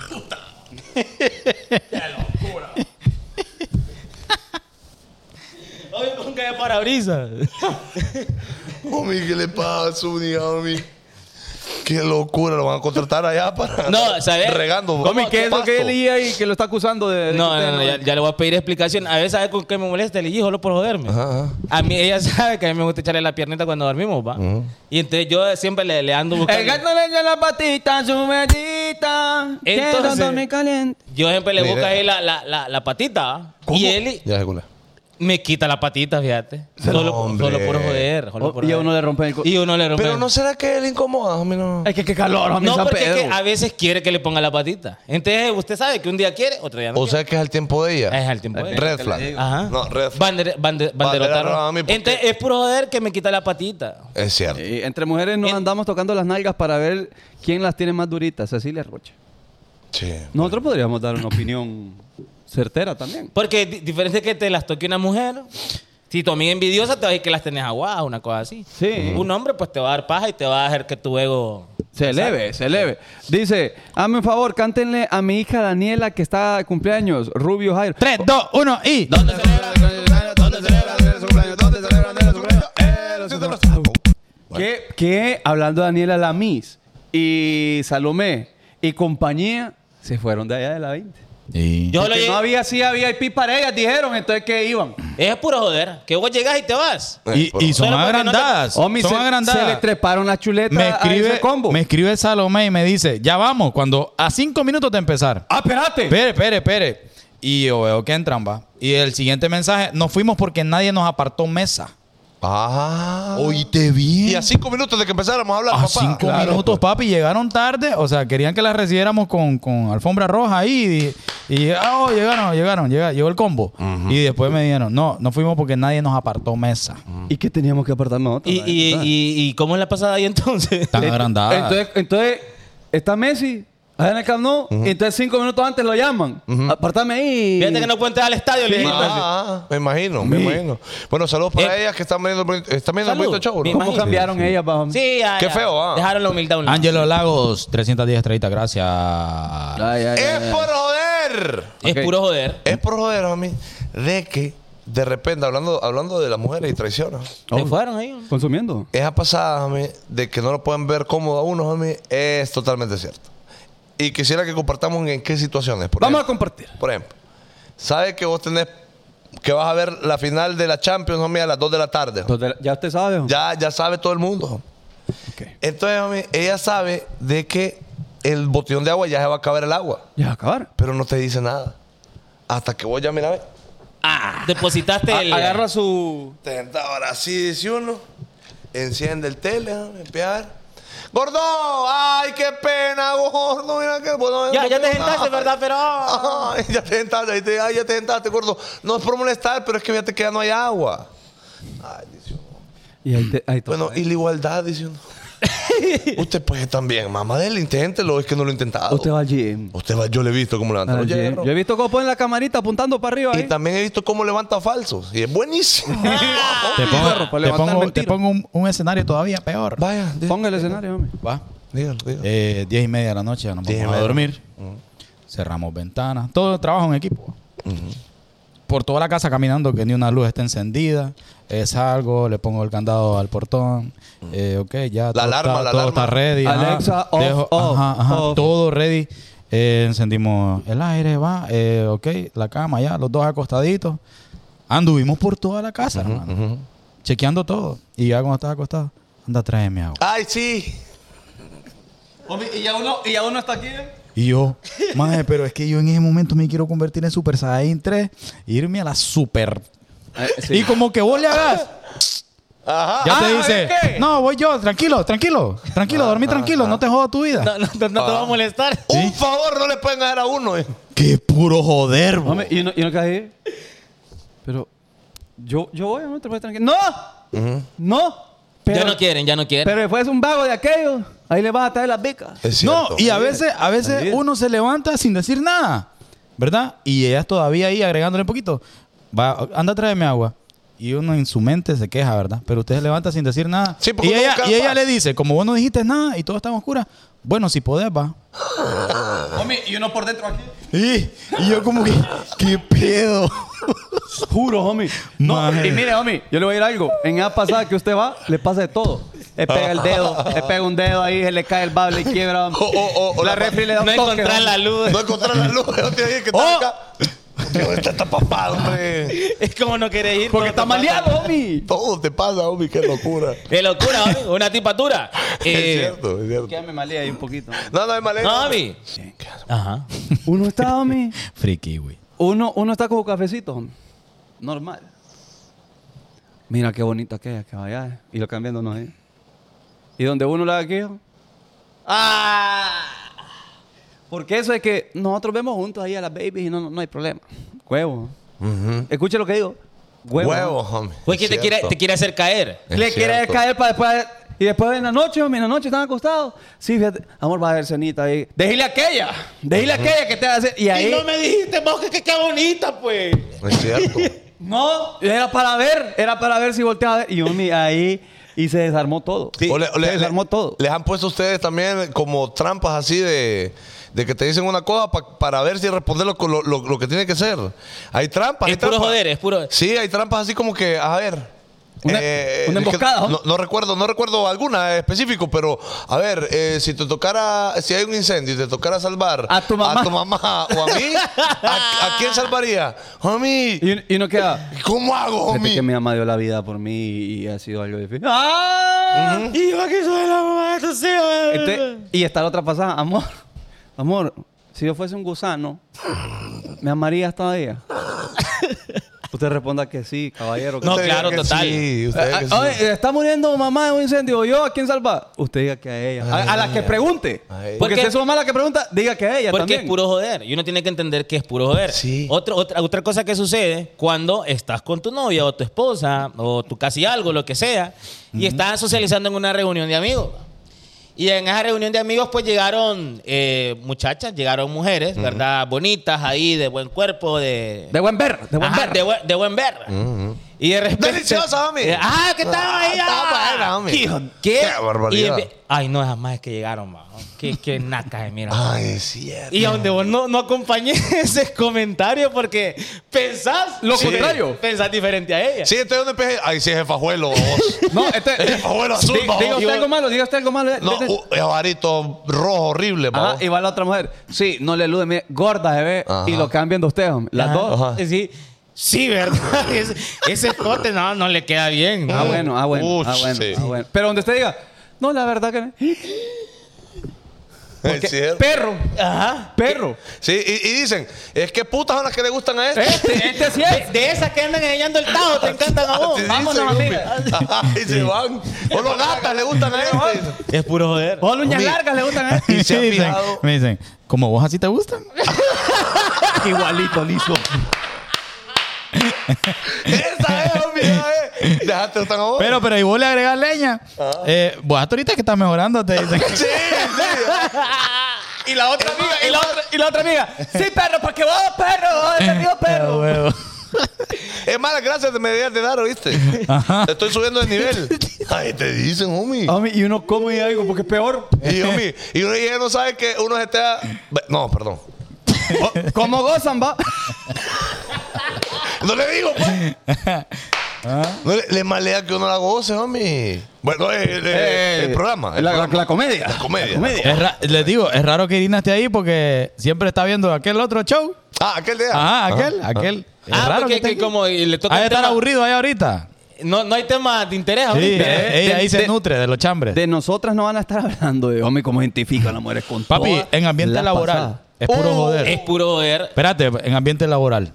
Oye, con que de parabrisas. Homie, ¿qué le pasa, homie? Qué locura, lo van a contratar allá para No, ¿sabes? regando. Homie, ¿qué es lo que pasto. él leía y que lo está acusando de que No, usted ya le voy a pedir explicación. A veces, ¿sabes con qué me molesta? Le dije, solo por joderme. Ajá. A mí, ella sabe que a mí me gusta echarle la piernita cuando dormimos, ¿va? Y entonces yo siempre le ando buscando... El gato le echa la patita, su medita. Quiero Entonces- dormir caliente. Yo siempre le Mira. busco ahí la patita, ¿va? Y él Ya se culé. me quita la patita, fíjate. Solo hombre. por joder. Solo por Y a joder. uno le rompe el... Y uno le rompe. Pero no será que él incomoda, homie, no. Es que qué calor, homie, No, San porque es Pedro. que a veces quiere que le ponga la patita. Entonces, usted sabe que un día quiere, otro día no O quiere. sea que es el tiempo de ella. Es al tiempo de Red flag. Ajá. No, red flag. Banderota Bandera roja, roja. mami, porque- Entonces, es puro joder que me quita la patita. Es cierto. Y entre mujeres nos andamos tocando las nalgas para ver quién las tiene más duritas. Cecilia Rocha. Sí. Nosotros podríamos dar una opinión certera también. Porque diferente que te las toque una mujer. Si tu amiga envidiosa te va a decir que las tenés aguadas, una cosa así. Sí. Un hombre pues te va a dar paja y te va a hacer que tu ego... Se eleve, se eleve. Dice, hazme un favor, cántenle a mi hija Daniela que está de cumpleaños, Rubio Jairo. 3, 2, 1 y... Que hablando de Daniela Lamis y Salomé y compañía, se fueron de allá de la 20. Sí. Yo lo Porque llegué... no había así, había VIP para ellas, dijeron, entonces que iban. Es puro joder. Que vos llegas y te vas. Y son Solo porque no te- agrandadas. Homie, son se le agrandadas. treparon la chuleta Me a ese escribe, combo. me escribe Salomé y me dice, ya vamos, cuando a 5 minutos de empezar. ¡Ah, espérate! Espere. Y yo veo que entran, va. Y el siguiente mensaje, nos fuimos porque nadie nos apartó mesa. Oíste bien. Y a 5 minutos de que empezáramos a hablar, A papá. 5 Claro, minutos, pues. papi, llegaron tarde. O sea, querían que las recibiéramos con alfombra roja ahí. Llegó el combo. Y después me dijeron, no fuimos porque nadie nos apartó mesa. ¿Y qué teníamos que apartar nosotros? ¿Y cómo es la pasada ahí entonces? Tan agrandadas. Entonces, está Messi allá en el Camp Nou, y entonces 5 minutos antes lo llaman. Apartame ahí. Fíjate que no pueden entrar al estadio, le dijiste. Me imagino. Bueno, saludos para ellas que están viendo el Salud. bonito show, Me ¿no? ¿Cómo imagino. cambiaron ellas, bajo? Sí, ya. Qué ya. feo, ah. Dejaron la humildad a un lado. Ángelo Lagos, 310 estrellitas, gracias. ¡Es por joder! Es Ok. puro joder. Es por joder, homie. De que, de repente, hablando de las mujeres y traiciones, Se fueron ahí. Consumiendo. esa pasada, homie, de que no lo pueden ver cómodo a uno, homie, es totalmente cierto. Y quisiera que compartamos en qué situaciones. Vamos a compartir. Por ejemplo, ¿sabes que vos tenés que vas a ver la final de la Champions, homie, a las 2 de la tarde? Entonces, ya usted sabe. ¿no? Ya sabe todo el mundo. Ok. Entonces, homie, ella sabe de que el botellón de agua ya se va a acabar el agua, Ya va a acabar. pero no te dice nada. hasta que vos ya mira, Depositaste el... Agarra su... ahora sí dice uno, enciende el tele, empieza a ver. Gordo, ay, qué pena, gordo, mira que bueno. Ya te sentaste, ¿verdad? Pero... Ay, ya te sentaste, ya te sentaste, gordo. No es por molestar, pero es que fíjate que ya no hay agua. Ay, dice uno. Y ahí Bueno, y la igualdad, dice uno. Usted puede también, mamá, déle, inténtelo, es que no lo he intentado. Usted va al gym. Yo le he visto cómo levanta los hierros. Yo he visto cómo ponen la camarita apuntando para arriba. Y ahí. también he visto cómo levanta falsos. Y es buenísimo. Te pongo un escenario todavía peor. Vaya, Ponga el escenario, hombre. Va. dígalo. 10:30 de la noche, ya nos 10:30. vamos a dormir. Cerramos ventanas. Todo trabajo en equipo. Por toda la casa caminando, que ni una luz esté encendida. Salgo, le pongo el candado al portón. Ok, ya La alarma. todo está ready. Alexa, off, off. Todo ready. Encendimos el aire, va. Ok, la cama ya, los dos acostaditos. Anduvimos por toda la casa, hermano. Chequeando todo. Y ya cuando estaba acostado, anda, tráeme agua. Ay, sí. Hombre, y ya uno está aquí. Y yo, maje, pero es que yo en ese momento me quiero convertir en Super Saiyan 3 e irme a la Super. Sí. Y como que vos le hagas, Ajá. ya te dice, ¿qué? no, voy yo, tranquilo, dormí tranquilo, no te jodo tu vida. No te va a molestar. Un favor no le pueden hacer a uno. Qué puro joder, bo. Hombre, y uno que ahí. Pero yo voy, no te puedes tranquilo. ¡No! ¡No! Pero, Ya no quieren. Pero después es un vago de aquello. Ahí le vas a traer las becas. Es No, cierto. y a veces Así es. uno se levanta sin decir nada, ¿verdad? Y ellas todavía ahí agregándole un poquito. Va, anda a traerme agua. Y uno en su mente se queja, ¿verdad? Pero usted se levanta sin decir nada. Sí, porque y uno ella, busca y ella paz. le dice, como vos no dijiste nada y todo está en oscura, bueno, si podés, va. Hombre, y uno por dentro aquí. Y yo como que, ¿qué pedo? Juro, homie. No, Maje. y mire, homie, yo le voy a decir algo. En esa pasada que usted va, le pasa de todo. Le pega el dedo, le pega un dedo ahí, se le cae el bable y quiebra. O la refri le da un No toque. encontrar la luz. No encontrar la luz. Yo te dije que está acá. Dios, está papado, hombre. Es como no querés ir. Porque todo está te maleado, homie. Todo te pasa, hombre. Qué locura. pasa. Qué locura, homie. Una tipatura. Es cierto, es cierto. Que me malea ahí un poquito. No, es maleta. No, homie. Ajá. Uno está, homie. Friki, güey. Uno está con un cafecito, homie. Normal. Mira qué bonita aquella que vaya. Y lo cambiando no ahí. Y donde uno le da aquí. Porque eso es que nosotros vemos juntos ahí a las babies y no hay problema. Huevo. Escuche lo que digo. Huevo. hombre. Pues que Es te quiere cierto. hacer caer. Es Le quiere cierto. caer para después. Y después en la noche, homie, en la noche están acostados. Sí, fíjate. Amor, va a haber cenita ahí. Déjale aquella. Déjale aquella que te va a hacer. Y ahí. Y no me dijiste vos que qué bonita, pues. Es cierto. No, era para ver si volteaba a ver. Y homie, ahí. Y se desarmó todo. Sí. Se desarmó todo. Les han puesto ustedes también como trampas así de que te dicen una cosa para ver si responder lo que tiene que ser. Hay trampas. Es hay puro trampas. joder, es puro. Sí, hay trampas así como que, a ver. Una es que emboscada, ¿no? no recuerdo alguna específico, pero a ver, si hay un incendio y te tocara salvar A tu mamá. o a mí, ¿a quién salvaría? A mí. Y uno queda. ¿Cómo hago, Fíjate que homie? mi mamá dio la vida por mí y ha sido algo difícil. ¡Ah! Y yo aquí soy la mamá de tus hijos. Y está la otra pasada. Amor, si yo fuese un gusano, ¿me amarías todavía? Usted responda que sí, caballero. que No, sí. Usted diga claro, que total. sí, usted diga que sí. Oye, está muriendo mamá en un incendio. ¿Yo a quién salva? Usted diga que a ella. A la que pregunte. A ella. Porque Porque- si es su mamá la que pregunta, diga que a ella Porque también. es puro joder. Y uno tiene que entender que es puro joder. Sí. Otra cosa que sucede cuando estás con tu novia o tu esposa o tu casi algo, lo que sea, y estás socializando en una reunión de amigos. Y en esa reunión de amigos pues llegaron muchachas, llegaron mujeres, ¿verdad? Bonitas ahí, de buen cuerpo, de De buen ver. Ajá, de buen ver. Y de repente... Deliciosa, homie. ¿qué tal ahí? está buena, homie. ¿Qué? Qué barbaridad. Ay, no, esas más que llegaron, ma. Qué nacas, mira. Ay, es cierto. Y a donde vos no acompañé ese comentario porque pensás Lo contrario. Pensás diferente a ella. Sí, entonces ¿dónde empecé? Ay, sí, es el fajuelo, vos. No, Es el fajuelo azul, Diga vos. usted algo malo, diga usted algo malo. No, el varito rojo horrible, Ajá, vos. y va la otra mujer. Sí, no le elude, mire, gorda se ve. Ajá. Y lo quedan viendo ustedes, hombre. Las Ajá. dos. Ajá. Sí, ¿verdad? ese escote no le queda bien. Ah, bueno, Uch, sí. bueno. Pero donde usted diga, no, la verdad que. Es cierto. Perro. Ajá. Perro. Sí, y dicen, es que putas son las que le gustan a este. Este sí es. De esas que andan enseñando el tajo, te encantan a vos. Así Vámonos, dicen, amiga. homie. Y se van. O los gatas le gustan a este. Es puro joder. O uñas Homie. largas le gustan a Y se ha Me dicen, fijado. me dicen, ¿como vos así te gustan? Igualito, liso. Esa es, homie, esa es. Déjate gustan a vos. Pero, y vos le agregás leña. Vos hasta ahorita que estás mejorando, te dicen. Sí, sí. Y la otra amiga, y la otra amiga. Sí, perro, porque vos, perro, vos te digo, Ah, perro. huevo. Es mala gracias me debías de dar, ¿oíste? Te estoy subiendo de nivel. Ay, te dicen, homie. Homie, y uno come y algo, porque es peor. Y, homie, y uno ya no sabe que uno se está... No, perdón. ¿Cómo gozan, va? No le digo, pues. No le malea que uno la goce, homie. Bueno, el programa. El programa. La comedia. La comedia. Les digo, es raro que Irina esté ahí porque siempre está viendo aquel otro show. Ah, aquel de... Ajá, aquel. Es raro porque esté aquí. como y le toca Ha de el estar tema- aburrido ahí ahorita. No hay tema de interés Sí, ahorita. ella ahí se nutre de los chambres. De nosotras no van a estar hablando de, homie, cómo identifican las mujeres con Papi, todas en ambiente las laboral. pasadas. Es puro joder. Es puro joder. Espérate, en ambiente laboral.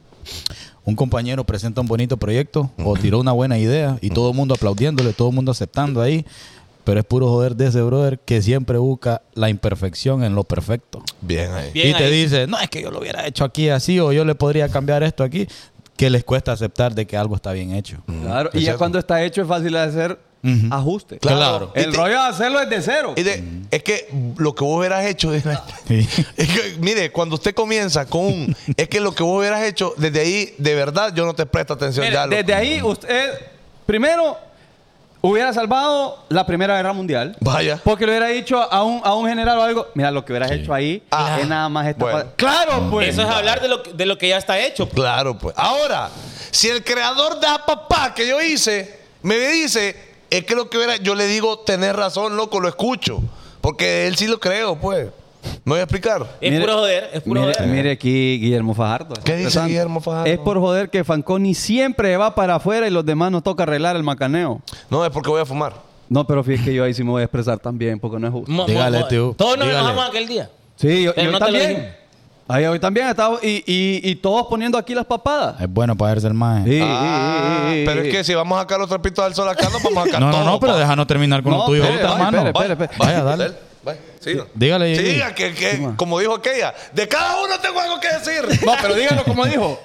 Un compañero presenta un bonito proyecto o tiró una buena idea y todo el mundo aplaudiéndole, todo el mundo aceptando ahí. Pero es puro joder de ese brother que siempre busca la imperfección en lo perfecto. Bien ahí. Bien y te ahí. dice, no, es que yo lo hubiera hecho aquí así o yo le podría cambiar esto aquí. Que les cuesta aceptar de que algo está bien hecho. Claro, Es y ya cierto. cuando está hecho es fácil de hacer Ujú. ajustes. Claro. El rollo de hacerlo es de cero. Y es que lo que vos hubieras hecho... Sí. Es que, mire, cuando usted comienza con un... Es que lo que vos hubieras hecho, desde ahí, de verdad, yo no te presto atención. Mire, ya, loco. desde ahí usted, primero, hubiera salvado la Primera Guerra Mundial. Vaya. Porque le hubiera dicho a un general o algo, mira, lo que hubieras hecho ahí Ah, es nada más esta bueno. Claro, pues. Eso es hablar de lo que ya está hecho. Claro, pues. Ahora, si el creador de papá que yo hice me dice, es que lo que hubiera, yo le digo, tenés razón, loco, lo escucho. Porque él sí lo creo, pues. Me voy a explicar. Es puro joder. Es puro joder. Mire aquí Guillermo Fajardo. ¿Qué dice Interesante. Guillermo Fajardo? Es por joder que Fanconi siempre va para afuera y los demás nos toca arreglar el macaneo. No, es porque voy a fumar. No, pero fíjate que yo ahí sí me voy a expresar también porque no es justo. Dígale, tío. Todos nos Dígale. enojamos aquel día. Sí, yo Pero no te lo también. dijimos. Ahí hoy también estaba y todos poniendo aquí las papadas. Es bueno para verse el más. Sí, Pero es que si vamos a sacar los trapitos al sol acá, no vamos a sacar No, todo. no, pero pa. déjanos terminar con lo tuyo espere, ahorita, hermano. espere. Vaya, dale. Vaya, siga. Dígale. Sí, Gigi. diga que como dijo aquella, de cada uno tengo algo que decir. No, pero díganlo como dijo.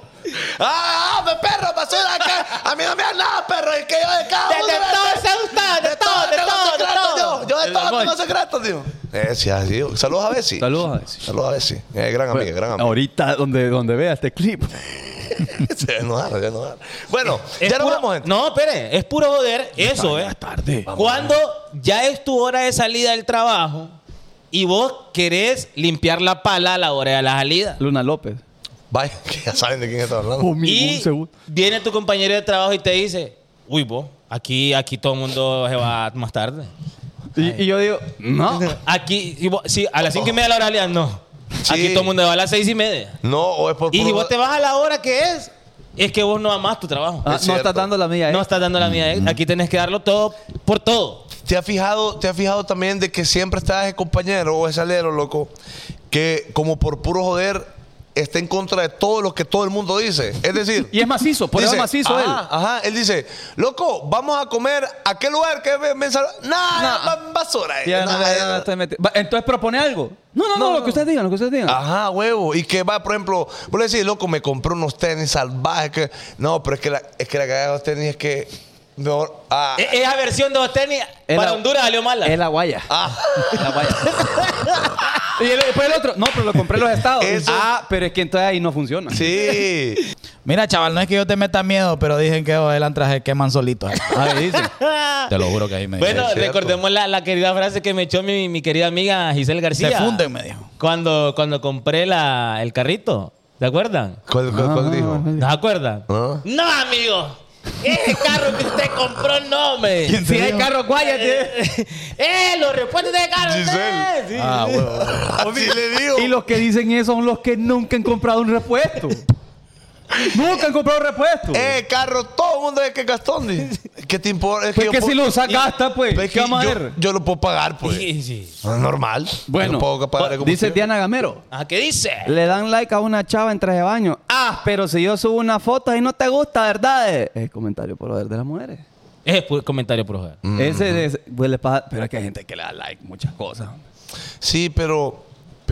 ¡Ah, perro, basura acá! A mí no me da nada, perro. Es que yo de cada uno... De todo se gusta, de todo, de tengo todo, de secretos, todo. Yo de todo tengo secretos, tío. Sí, así. Saludos a Bessie. Saludos a Bessie. Saludos a Bessie. Gran amiga, gran amiga. Ahorita donde vea este clip. Se va a enojar, se va a enojar. Bueno, Es ya nos puro- vamos, gente. No, espere, es puro joder eso, tarde. Cuando ya es tu hora de salida del trabajo y vos querés limpiar la pala a la hora de la salida. Luna López. Vaya, que ya saben de quién está hablando. Un Y segundo. viene tu compañero de trabajo y te dice, uy, vos, aquí todo el mundo se va más tarde. Y yo digo, no. Aquí, sí, a las 5:30 de la hora de la salida, no. Sí. Aquí todo el mundo va a las 6:30. No, o es por Y si puro- vos te vas a la hora que es que vos no amás tu trabajo. Ah, Es no cierto. estás dando la mía. No estás dando la mía. Aquí tenés que darlo todo por todo. ¿Te has fijado también de que siempre está ese compañero o ese alero, loco, que como por puro joder está en contra de todo lo que todo el mundo dice? Es decir, Y es macizo, por eso es macizo él. Ajá, él dice, loco, vamos a comer a qué lugar que me basura. Ya no, no estoy metido. Va, entonces propone algo. No, lo que ustedes digan, lo que ustedes digan. Ajá, huevo. Y que va, por ejemplo, vos le decís, loco, me compré unos tenis salvajes. Que... No, pero es que la cagada de los tenis es que... No, Esa versión de los tenis Es para la- Honduras salió mala. Es la guaya. La guaya. Y después el otro, no, pero lo compré en los estados. Eso- Pero es que entonces ahí no funciona. sí. Mira, chaval, no es que yo te meta miedo, pero dicen que el antraje queman solitos. Ahí dice. Te lo juro que ahí me Bueno, Es cierto. recordemos la querida frase que me echó mi querida amiga Giselle García. Se funden, me dijo. Cuando compré el carrito. ¿Se acuerdan? ¿Cuál dijo? ¿No se acuerdan? ¿No? No, amigo. Ese carro que usted compró no me. ¿Quién Si te hay dijo? carro guaya, Los repuestos de carro. Giselle. Sí. Ah, huevo. Así le digo. Y los que dicen eso son los que nunca han comprado un repuesto. Nunca han comprado un repuesto. Carro, todo el mundo es que Gastón. qué te importa? Es Pues yo que puedo- si lo usas, gasta, pues. Es ¿Qué vamos a yo, ver? yo lo puedo pagar, pues. Sí, sí. No es normal. Bueno, Yo puedo pagar el dice combustible. Diana Gamero. Ah, ¿qué dice? Le dan like a una chava en traje de baño. Ah, pero si yo subo una foto y no te gusta, ¿verdad? Es comentario por poder de las mujeres. Es comentario por joder. Pues le pasa, pero es que hay gente que le da like muchas cosas. Sí, pero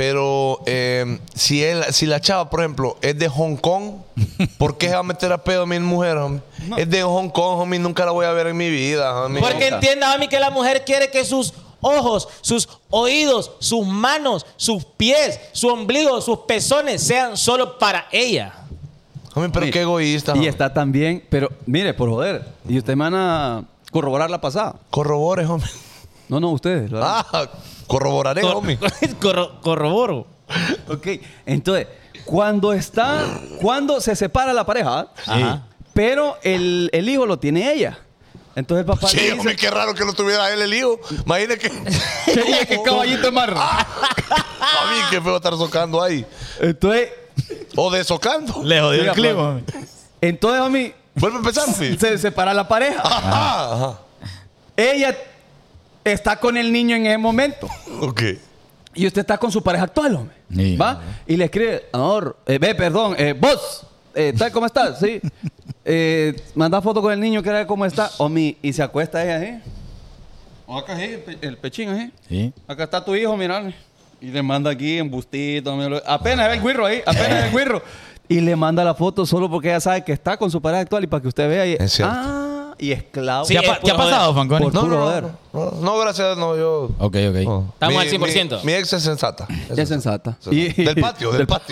si la chava, por ejemplo, es de Hong Kong, ¿por qué se va a meter a pedo a mi mujer, homie? Es de Hong Kong, homie, nunca la voy a ver en mi vida, homie. Porque entienda, mami, que la mujer quiere que sus ojos, sus oídos, sus manos, sus pies, su ombligo, sus pezones sean solo para ella. Homie, pero Mire, qué egoísta, Y homie. está también, pero mire, por joder. Y ustedes me van a corroborar la pasada. Corrobores, homie. No, ustedes. ¿verdad? Corroboraré, homie. Corroboro. Ok, entonces, cuando se separa la pareja, Ajá. pero el hijo lo tiene ella. Entonces el papá Sí, le dice, homie, qué raro que lo tuviera él el hijo. Imagínate que... ¿qué caballito de mar? Homie, qué feo estar socando ahí. Entonces, O desocando. Le jodió Mira, el clima. pues. homie. entonces, mami, Vuelve a empezar, sí. se separa la pareja. Ajá. Ella está con el niño en ese momento. Ok. Y usted está con su pareja actual, hombre. Sí. ¿Va? Y le escribe, amor, vos, ¿tal cómo estás? Sí. Manda foto con el niño, que era cómo está. Y se acuesta ella, ¿eh? Acá, el pechín, ¿eh? Sí. Acá está tu hijo, mirá. Y le manda aquí en bustito. Apenas ve el guirro ahí, apenas ve el guirro. Y le manda la foto solo porque ella sabe que está con su pareja actual y para que usted vea. Y, Es cierto. y esclavo. Sí, ¿Qué es ha puro pasado, Fanconi? Por puro joder. No, gracias, no, yo... Ok. no. Estamos al 100%. Mi ex es sensata. Es sensata. Del patio, del patio.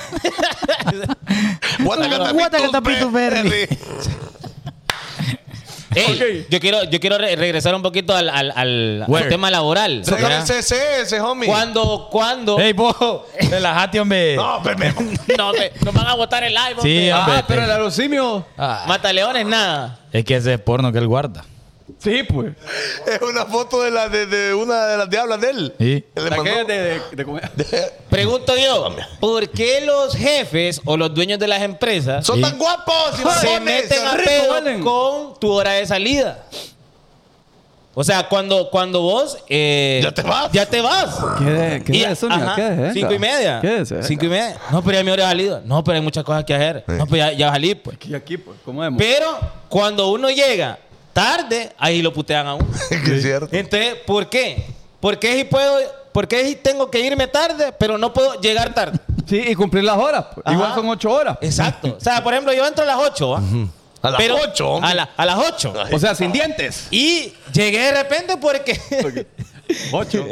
Guatacatapitus Berry. Ey, yo quiero regresar un poquito al Where? tema laboral. Regrese ese, homie. Cuando Ey, vos, relájate, hombre. No, Pepe. nos van a botar el live, Sí, hombre. hombre. Pero el alusimio. Mataleones, nada. Es que ese es porno que él guarda. Sí, pues. Es una foto de una de las diablas de él. Sí. Le La mandó- que es de comer. Pregunto yo, ¿por qué los jefes o los dueños de las empresas Son Sí. tan guapos. y se mamones, meten a son rico, pedo valen. con tu hora de salida? O sea, cuando vos... Ya te vas. Ya te vas. ¿Qué Y- es eso, mira? ajá, ¿Qué es? 5:30. ¿Qué es eso? 5:30. No, pero ya mi hora de salida. No, pero hay muchas cosas que hacer. No, pero ya salí, pues. Aquí, pues, ¿cómo vemos? Pero cuando uno llega tarde, ahí lo putean a uno. Que es cierto. Entonces, ¿por qué? ¿Por qué si tengo que irme tarde, pero no puedo llegar tarde? Sí, y cumplir las horas. Pues. Ajá. Igual son 8 horas. Exacto. O sea, por ejemplo, yo entro a las 8, ¿va? A las Pero 8, hombre. a las 8. O sea, sin dientes. Y llegué de repente porque... 8.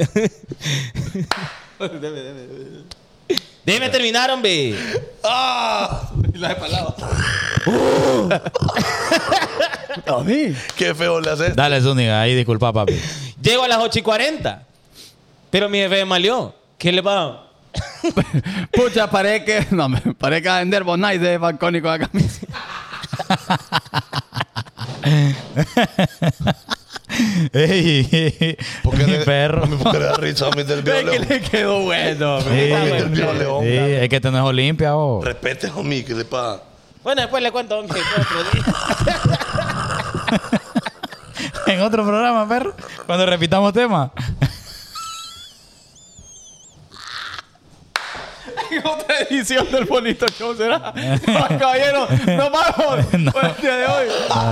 Déjeme terminar, hombre. ¡Ah! Y la de palado. A mí. Qué feo le haces. Dale, Zúñiga, ahí disculpa, papi. Llego a las 8:40. Pero mi jefe me malió. ¿Qué le va? Pucha, parece que... No, parece que va a vender Bonai de Fanconi con la camisa. Ey, Porque mi perro. Porque le da risa a mí del Ve que violeo. le quedó bueno. Sí, Del violeo. sí, es que este no es Olimpia, vos. Respete, homie, que le pasa. Bueno, después le cuento, hombre, otro día. En otro programa, perro. Cuando repitamos tema. En otra edición del bonito show será. Caballero, nos vamos por el día de hoy.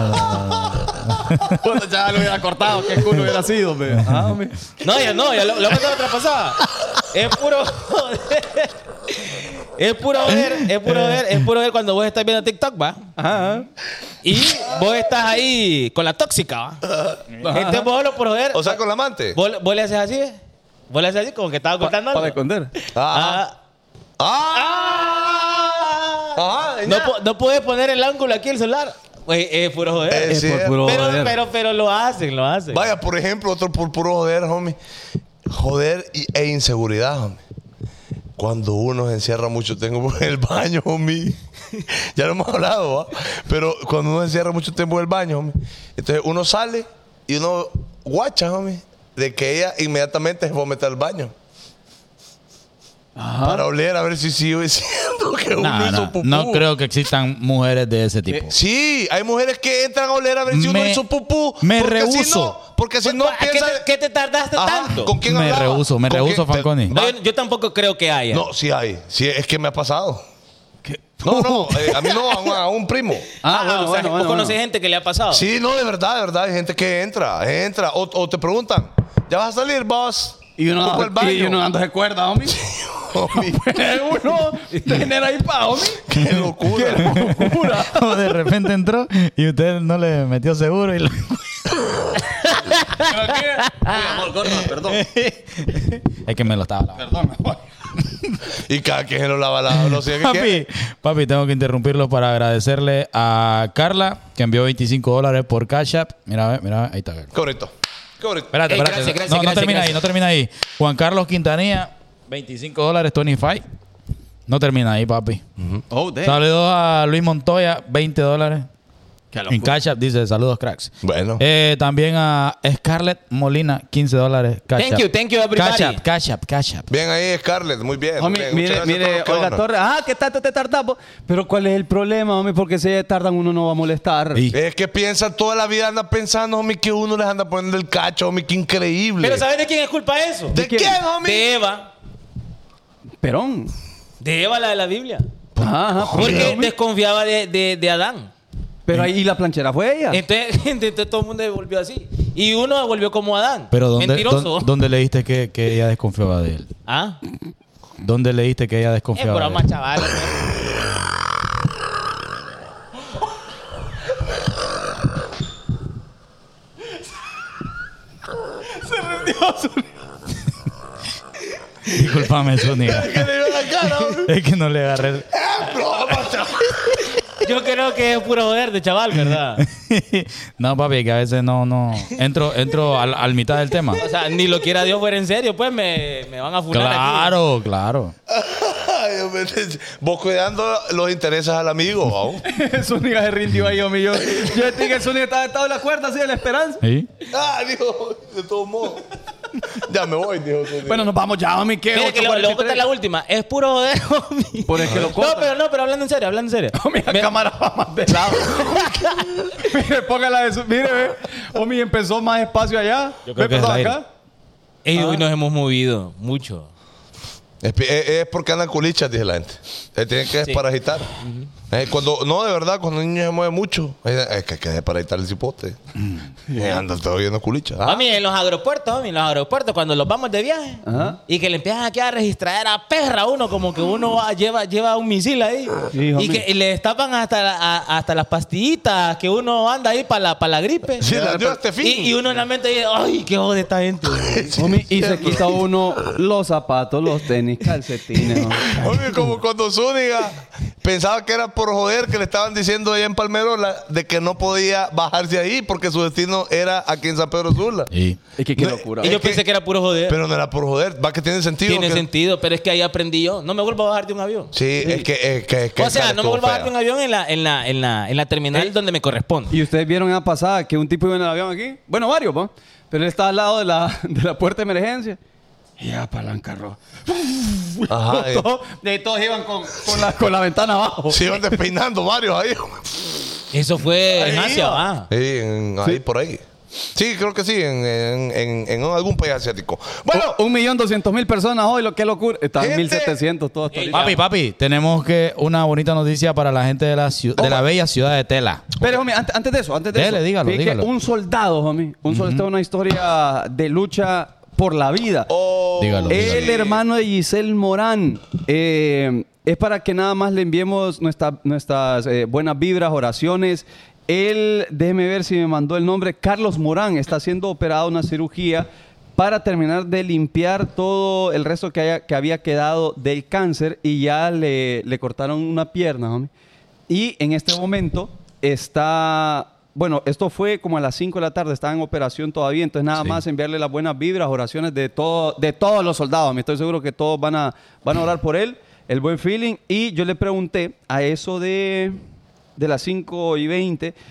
Bueno, ya lo hubiera cortado. Qué culo hubiera sido, hombre. Hombre. No, ya lo meto la otra pasada. Es puro joder. Es puro ver cuando vos estás viendo TikTok, ¿va? Ajá. Y vos estás ahí con la tóxica, ¿va? Entonces vos lo por joder. O sea, con la amante. Vos le haces así, ¿ves? Vos le haces así como que estaba ocultando Para algo. esconder. Ah. No puedes poner el ángulo aquí el celular. Güey, es puro joder. Es por cierto. puro joder. Pero lo hacen. Vaya, por ejemplo, otro por puro joder, homie. Joder e inseguridad, homie. Cuando uno se encierra mucho tiempo en el baño, homie. Ya lo hemos hablado, ¿va? Pero cuando uno se encierra mucho tiempo en el baño, homie. Entonces uno sale y uno guacha, homie, de que ella inmediatamente se va a meter al baño. para oler a ver si sigo diciendo que uno hizo pupú. no creo que existan mujeres de ese tipo. Sí, hay mujeres que entran a oler a ver si uno hizo pupú. me porque rehuso. Si no, porque si no ¿A piensa... ¿Qué te tardaste Ajá, tanto? ¿con quién Me hablaba? rehuso, ¿Con quién? Fanconi. No, yo tampoco creo que haya. No, sí hay. Sí, es que me ha pasado. No, a mí no, a un primo. O sea, ¿vos conocés gente que le ha pasado? Sí, no, de verdad. Hay gente que entra. O te preguntan, ¿ya vas a salir, boss? Y uno Ocupa el baño. y uno dando de cuerda, homie. Homie, Uno tener ahí pa, homie. qué locura. Locura. O de repente entró y usted no le metió seguro y lo... Perdón. Es que me lo estaba lavando. Perdón. Y cada quien se lo lava la velocidad que quiere. Papi, tengo que interrumpirlo para agradecerle a Carla, que envió $25 por Cash App. Mira, ahí está. Qué bonito. Espérate. Gracias, No termina gracias. ahí, no termina ahí. Juan Carlos Quintanilla, $25, 25. No termina ahí, papi. Oh, damn. Saludos a Luis Montoya, $20. En Cash App dice, saludos, cracks. Bueno. También a Scarlett Molina, $15. Cash Thank App. you, everybody. Cash App. Bien ahí, Scarlett. Muy bien. muy Homie, bien. Muchas mire, gracias por lo que Olga honra. Torres. ¿Qué tanto te tardamos? Pero ¿cuál es el problema, homie? Porque si tardan uno no va a molestar. Y- Es que piensa, toda la vida anda pensando, homie, que uno les anda poniendo el cacho, homie, qué increíble. Pero ¿sabes de quién es culpa eso? ¿De quién, homie? De Eva. Perón. De Eva, la de la Biblia. Ajá. Porque desconfiaba de Adán. Pero ahí la planchera fue ella. Entonces todo el mundo se volvió así. Y uno volvió como Adán. Pero ¿dónde, Mentiroso. ¿dónde leíste que ella desconfiaba de él? ¿Ah? ¿Dónde leíste que ella Es desconfiaba de broma, él? chaval. Disculpame, Zúñiga. Que le dio la cara, homie. Es que no le agarré. Broma, chaval. Yo creo que es puro joder de chaval, ¿verdad? No, papi, que a veces no. Entro al mitad del tema. O sea, ni lo quiera Dios fuera en serio, pues me van a funar aquí. Claro. Ay, hombre, vos cuidando los intereses al amigo, ¿no? Zúñiga se rindió ahí, homie. Yo sentí que Zúñiga estaba atado en la cuerda así de la esperanza. ¿Sí? Ah, dijo, de todos modos. Ya me voy, dijo. Bueno, nos vamos ya, homie. ¿Qué? Mira, que le voy a contar la última. Es puro joder, homie. Por el que lo corta. pero hablando en serio. Homie, la cámara va más de lado. Mire, póngala de su... Mire, ve. Homie, empezó más espacio allá. Yo creo Ve, que es perdón, el acá. Ey, hoy nos hemos movido mucho. Es porque andan culichas, dice la gente. Tienen que desparasitar. No, de verdad, cuando un niño se mueve mucho, es que hay que desparasitar el cipote. Andan todo viendo culichas. Ah. Homie, en los aeropuertos, cuando los vamos de viaje, Ajá. y que le empiezan aquí a registrar a perra uno, como que uno lleva un misil ahí. Sí, homie. Y le destapan hasta las pastillitas que uno anda ahí para la gripe. Sí, la dio este fin. Y uno en la mente dice, ay, qué jode esta gente. Homie, y se quita uno los zapatos, los tenis, calcetines. homie. Oye, como cuando Zúñiga pensaba que era por joder que le estaban diciendo allá en Palmerola de que no podía bajarse ahí porque su destino era aquí en San Pedro Sula. Sí. Es que qué No, locura. Y yo Es que- pensé que era puro joder. Pero no era por joder. Va que tiene sentido. Tiene que- sentido, pero es que ahí aprendí yo. No me vuelvo a bajar de un avión. Sí, es que O sea, no me vuelvo a bajar de un avión. avión en la terminal donde me corresponde. Y ustedes vieron la pasada que un tipo iba en el avión aquí. Bueno, varios, ¿no? Pero él estaba al lado de la puerta de emergencia. Y ya palanca roja. Ajá. Todos iban con la ventana abajo. Se iban despeinando varios ahí. Eso fue en Asia, va. Sí, ahí por ahí. Sí, creo que sí, en algún país asiático. Bueno, 1.200.000 personas hoy, qué locura. Están Gente. 1.700 todos. Ey, Papi, tenemos una bonita noticia para la gente de la bella ciudad de Tela. Pero, homie, antes de eso. Dele, dígalo, fíjate que dígalo. un soldado, homie. Un soldado, una historia de lucha por la vida. Dígalo. El hermano de Giselle Morán. Es para que nada más le enviemos nuestras buenas vibras, oraciones. Él, déjeme ver si me mandó el nombre, Carlos Morán, está siendo operado una cirugía para terminar de limpiar todo el resto que había quedado del cáncer y ya le cortaron una pierna, homie. Y en este momento está... Bueno, esto fue como a las 5 de la tarde, estaba en operación todavía, entonces nada más enviarle las buenas vibras, oraciones de todos los soldados. Me estoy seguro que todos van a orar por él, el buen feeling. Y yo le pregunté a eso de las 5:20,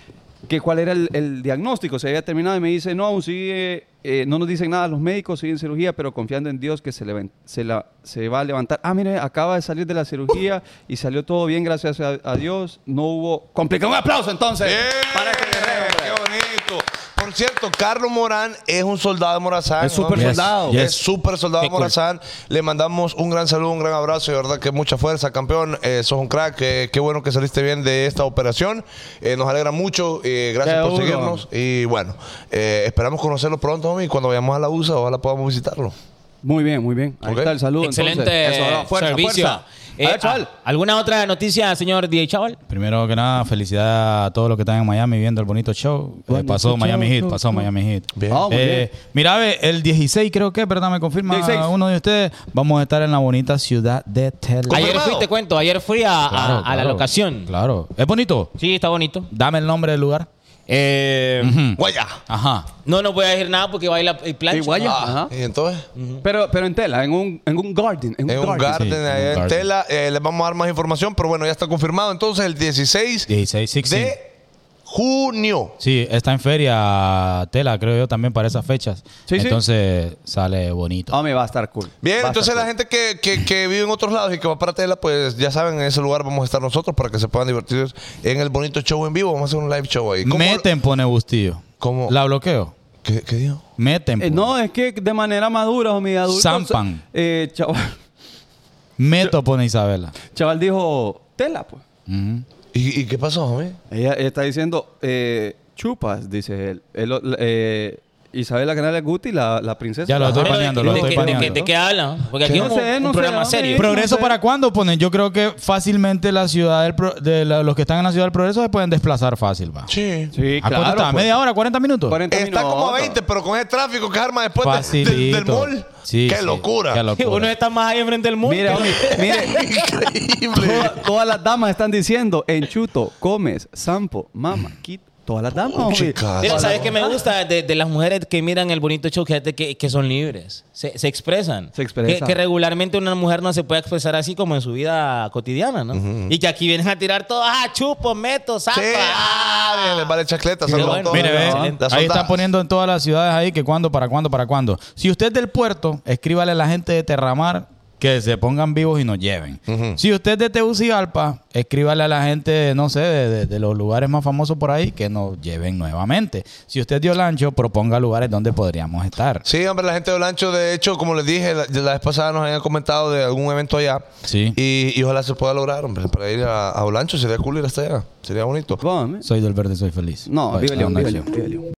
que cuál era el diagnóstico. Se había terminado y me dice, no, aún sigue, no nos dicen nada los médicos, sigue en cirugía, pero confiando en Dios que se va a levantar. Ah, mire, acaba de salir de la cirugía y salió todo bien, gracias a Dios. No hubo complicación. Un aplauso entonces. Bien, Para este guerrero, hombre. qué bonito. Por cierto, Carlos Morán es un soldado de Morazán. Es súper ¿no? soldado. Es súper soldado de Qué cool. Morazán. Le mandamos un gran saludo, un gran abrazo. Y de verdad que mucha fuerza, campeón. Sos un crack. Qué bueno que saliste bien de esta operación. Nos alegra mucho. Gracias por Seguro. seguirnos. Y bueno, esperamos conocerlo pronto, homie. Cuando vayamos a la USA, ojalá podamos visitarlo. Muy bien, muy bien. Ahí Ok. está el saludo. Excelente entonces. Eso, no, fuerza, servicio. fuerza. A ver, chaval. ¿Alguna otra noticia, señor DJ Chaval? Primero que nada, felicidades a todos los que están en Miami viendo el bonito show. Bonito Pasó show, Miami Heat, show, pasó show. Miami Heat. Bien. Ah, muy bien. Mira, ve, el 16 creo que, ¿verdad? Me confirma 16. uno de ustedes. Vamos a estar en la bonita ciudad de Tel Aviv. Ayer Confirmado. fui, te cuento, ayer fui a la locación. Claro. ¿Es bonito? Sí, está bonito. Dame el nombre del lugar. Guaya. Ajá. No voy a decir nada porque va a ir el plancha. Igual ya. Ah, Ajá. y entonces, Pero en tela, en un garden. En en un garden, Sí, allá en un en garden. Tela, les vamos a dar más información, pero bueno, ya está confirmado. Entonces, el 16 16, 16. de junio. Sí, está en feria Tela, creo yo, también para esas fechas. Sí, sí. Entonces sale bonito. Ah, me va a estar cool. Bien, Va a entonces estar la gente que vive en otros lados y que va para Tela, pues ya saben, en ese lugar vamos a estar nosotros para que se puedan divertir en el bonito show en vivo. Vamos a hacer un live show ahí. Meten, pone Bustillo. ¿Cómo? La bloqueo. ¿Qué dijo? Meten. cool. pone. No, es que de manera madura, mi adulto. Zampan. Chaval, Pone Isabela. chaval dijo, tela, pues. Ujú. ¿Y qué pasó, homie? Ella está diciendo, chupas, dice él. Isabela Canales Guti, la princesa. Ya lo estoy Pero, paneando, lo ¿de estoy qué- paneando. ¿De qué habla? Porque aquí No es sé, un no sé, programa no, serio. ¿Progreso no sé. para cuándo ponen? Yo creo que fácilmente la ciudad los que están en la ciudad del progreso se pueden desplazar fácil, va. Sí. Sí, ¿A cuánto claro. está? pues. ¿Media hora? ¿40 minutos? 40 Está como a minutos. 20, pero con ese tráfico que arma después Facilito. del mall. Sí, ¡Qué sí. locura! Qué locura. Uno está más ahí enfrente del mundo. Mire, homie, mire, Increíble. todas las damas están diciendo, enchuto, comes, zampo, mama, quito. Todas las damas, homie. Chicas. Mira, ¿sabes qué me gusta de las mujeres que miran el bonito show? Que son libres. Se expresan. Se expresan. Que regularmente una mujer no se puede expresar así como en su vida cotidiana, ¿no? Y que aquí vienen a tirar todo. ¡Ah, chupo, meto, saco! Sí, bien, les vale chacleta. son bueno. todas Mire, ve, las ahí soldadas. están poniendo en todas las ciudades ahí que cuándo, para cuándo, para cuándo. Si usted es del puerto, escríbale a la gente de Terramar que se pongan vivos y nos lleven. Si usted es de Tegucigalpa, escríbale a la gente, no sé, de los lugares más famosos por ahí que nos lleven nuevamente. Si usted es de Olancho, proponga lugares donde podríamos estar. Sí, hombre, la gente de Olancho, de hecho, como les dije, la vez pasada nos habían comentado de algún evento allá. Sí. Y ojalá se pueda lograr, hombre, para ir a Olancho. Sería cool ir hasta allá. Sería bonito. Vamos, Soy del verde, soy feliz. No, Bye. vive León, Buenas vive noches. León, vive León.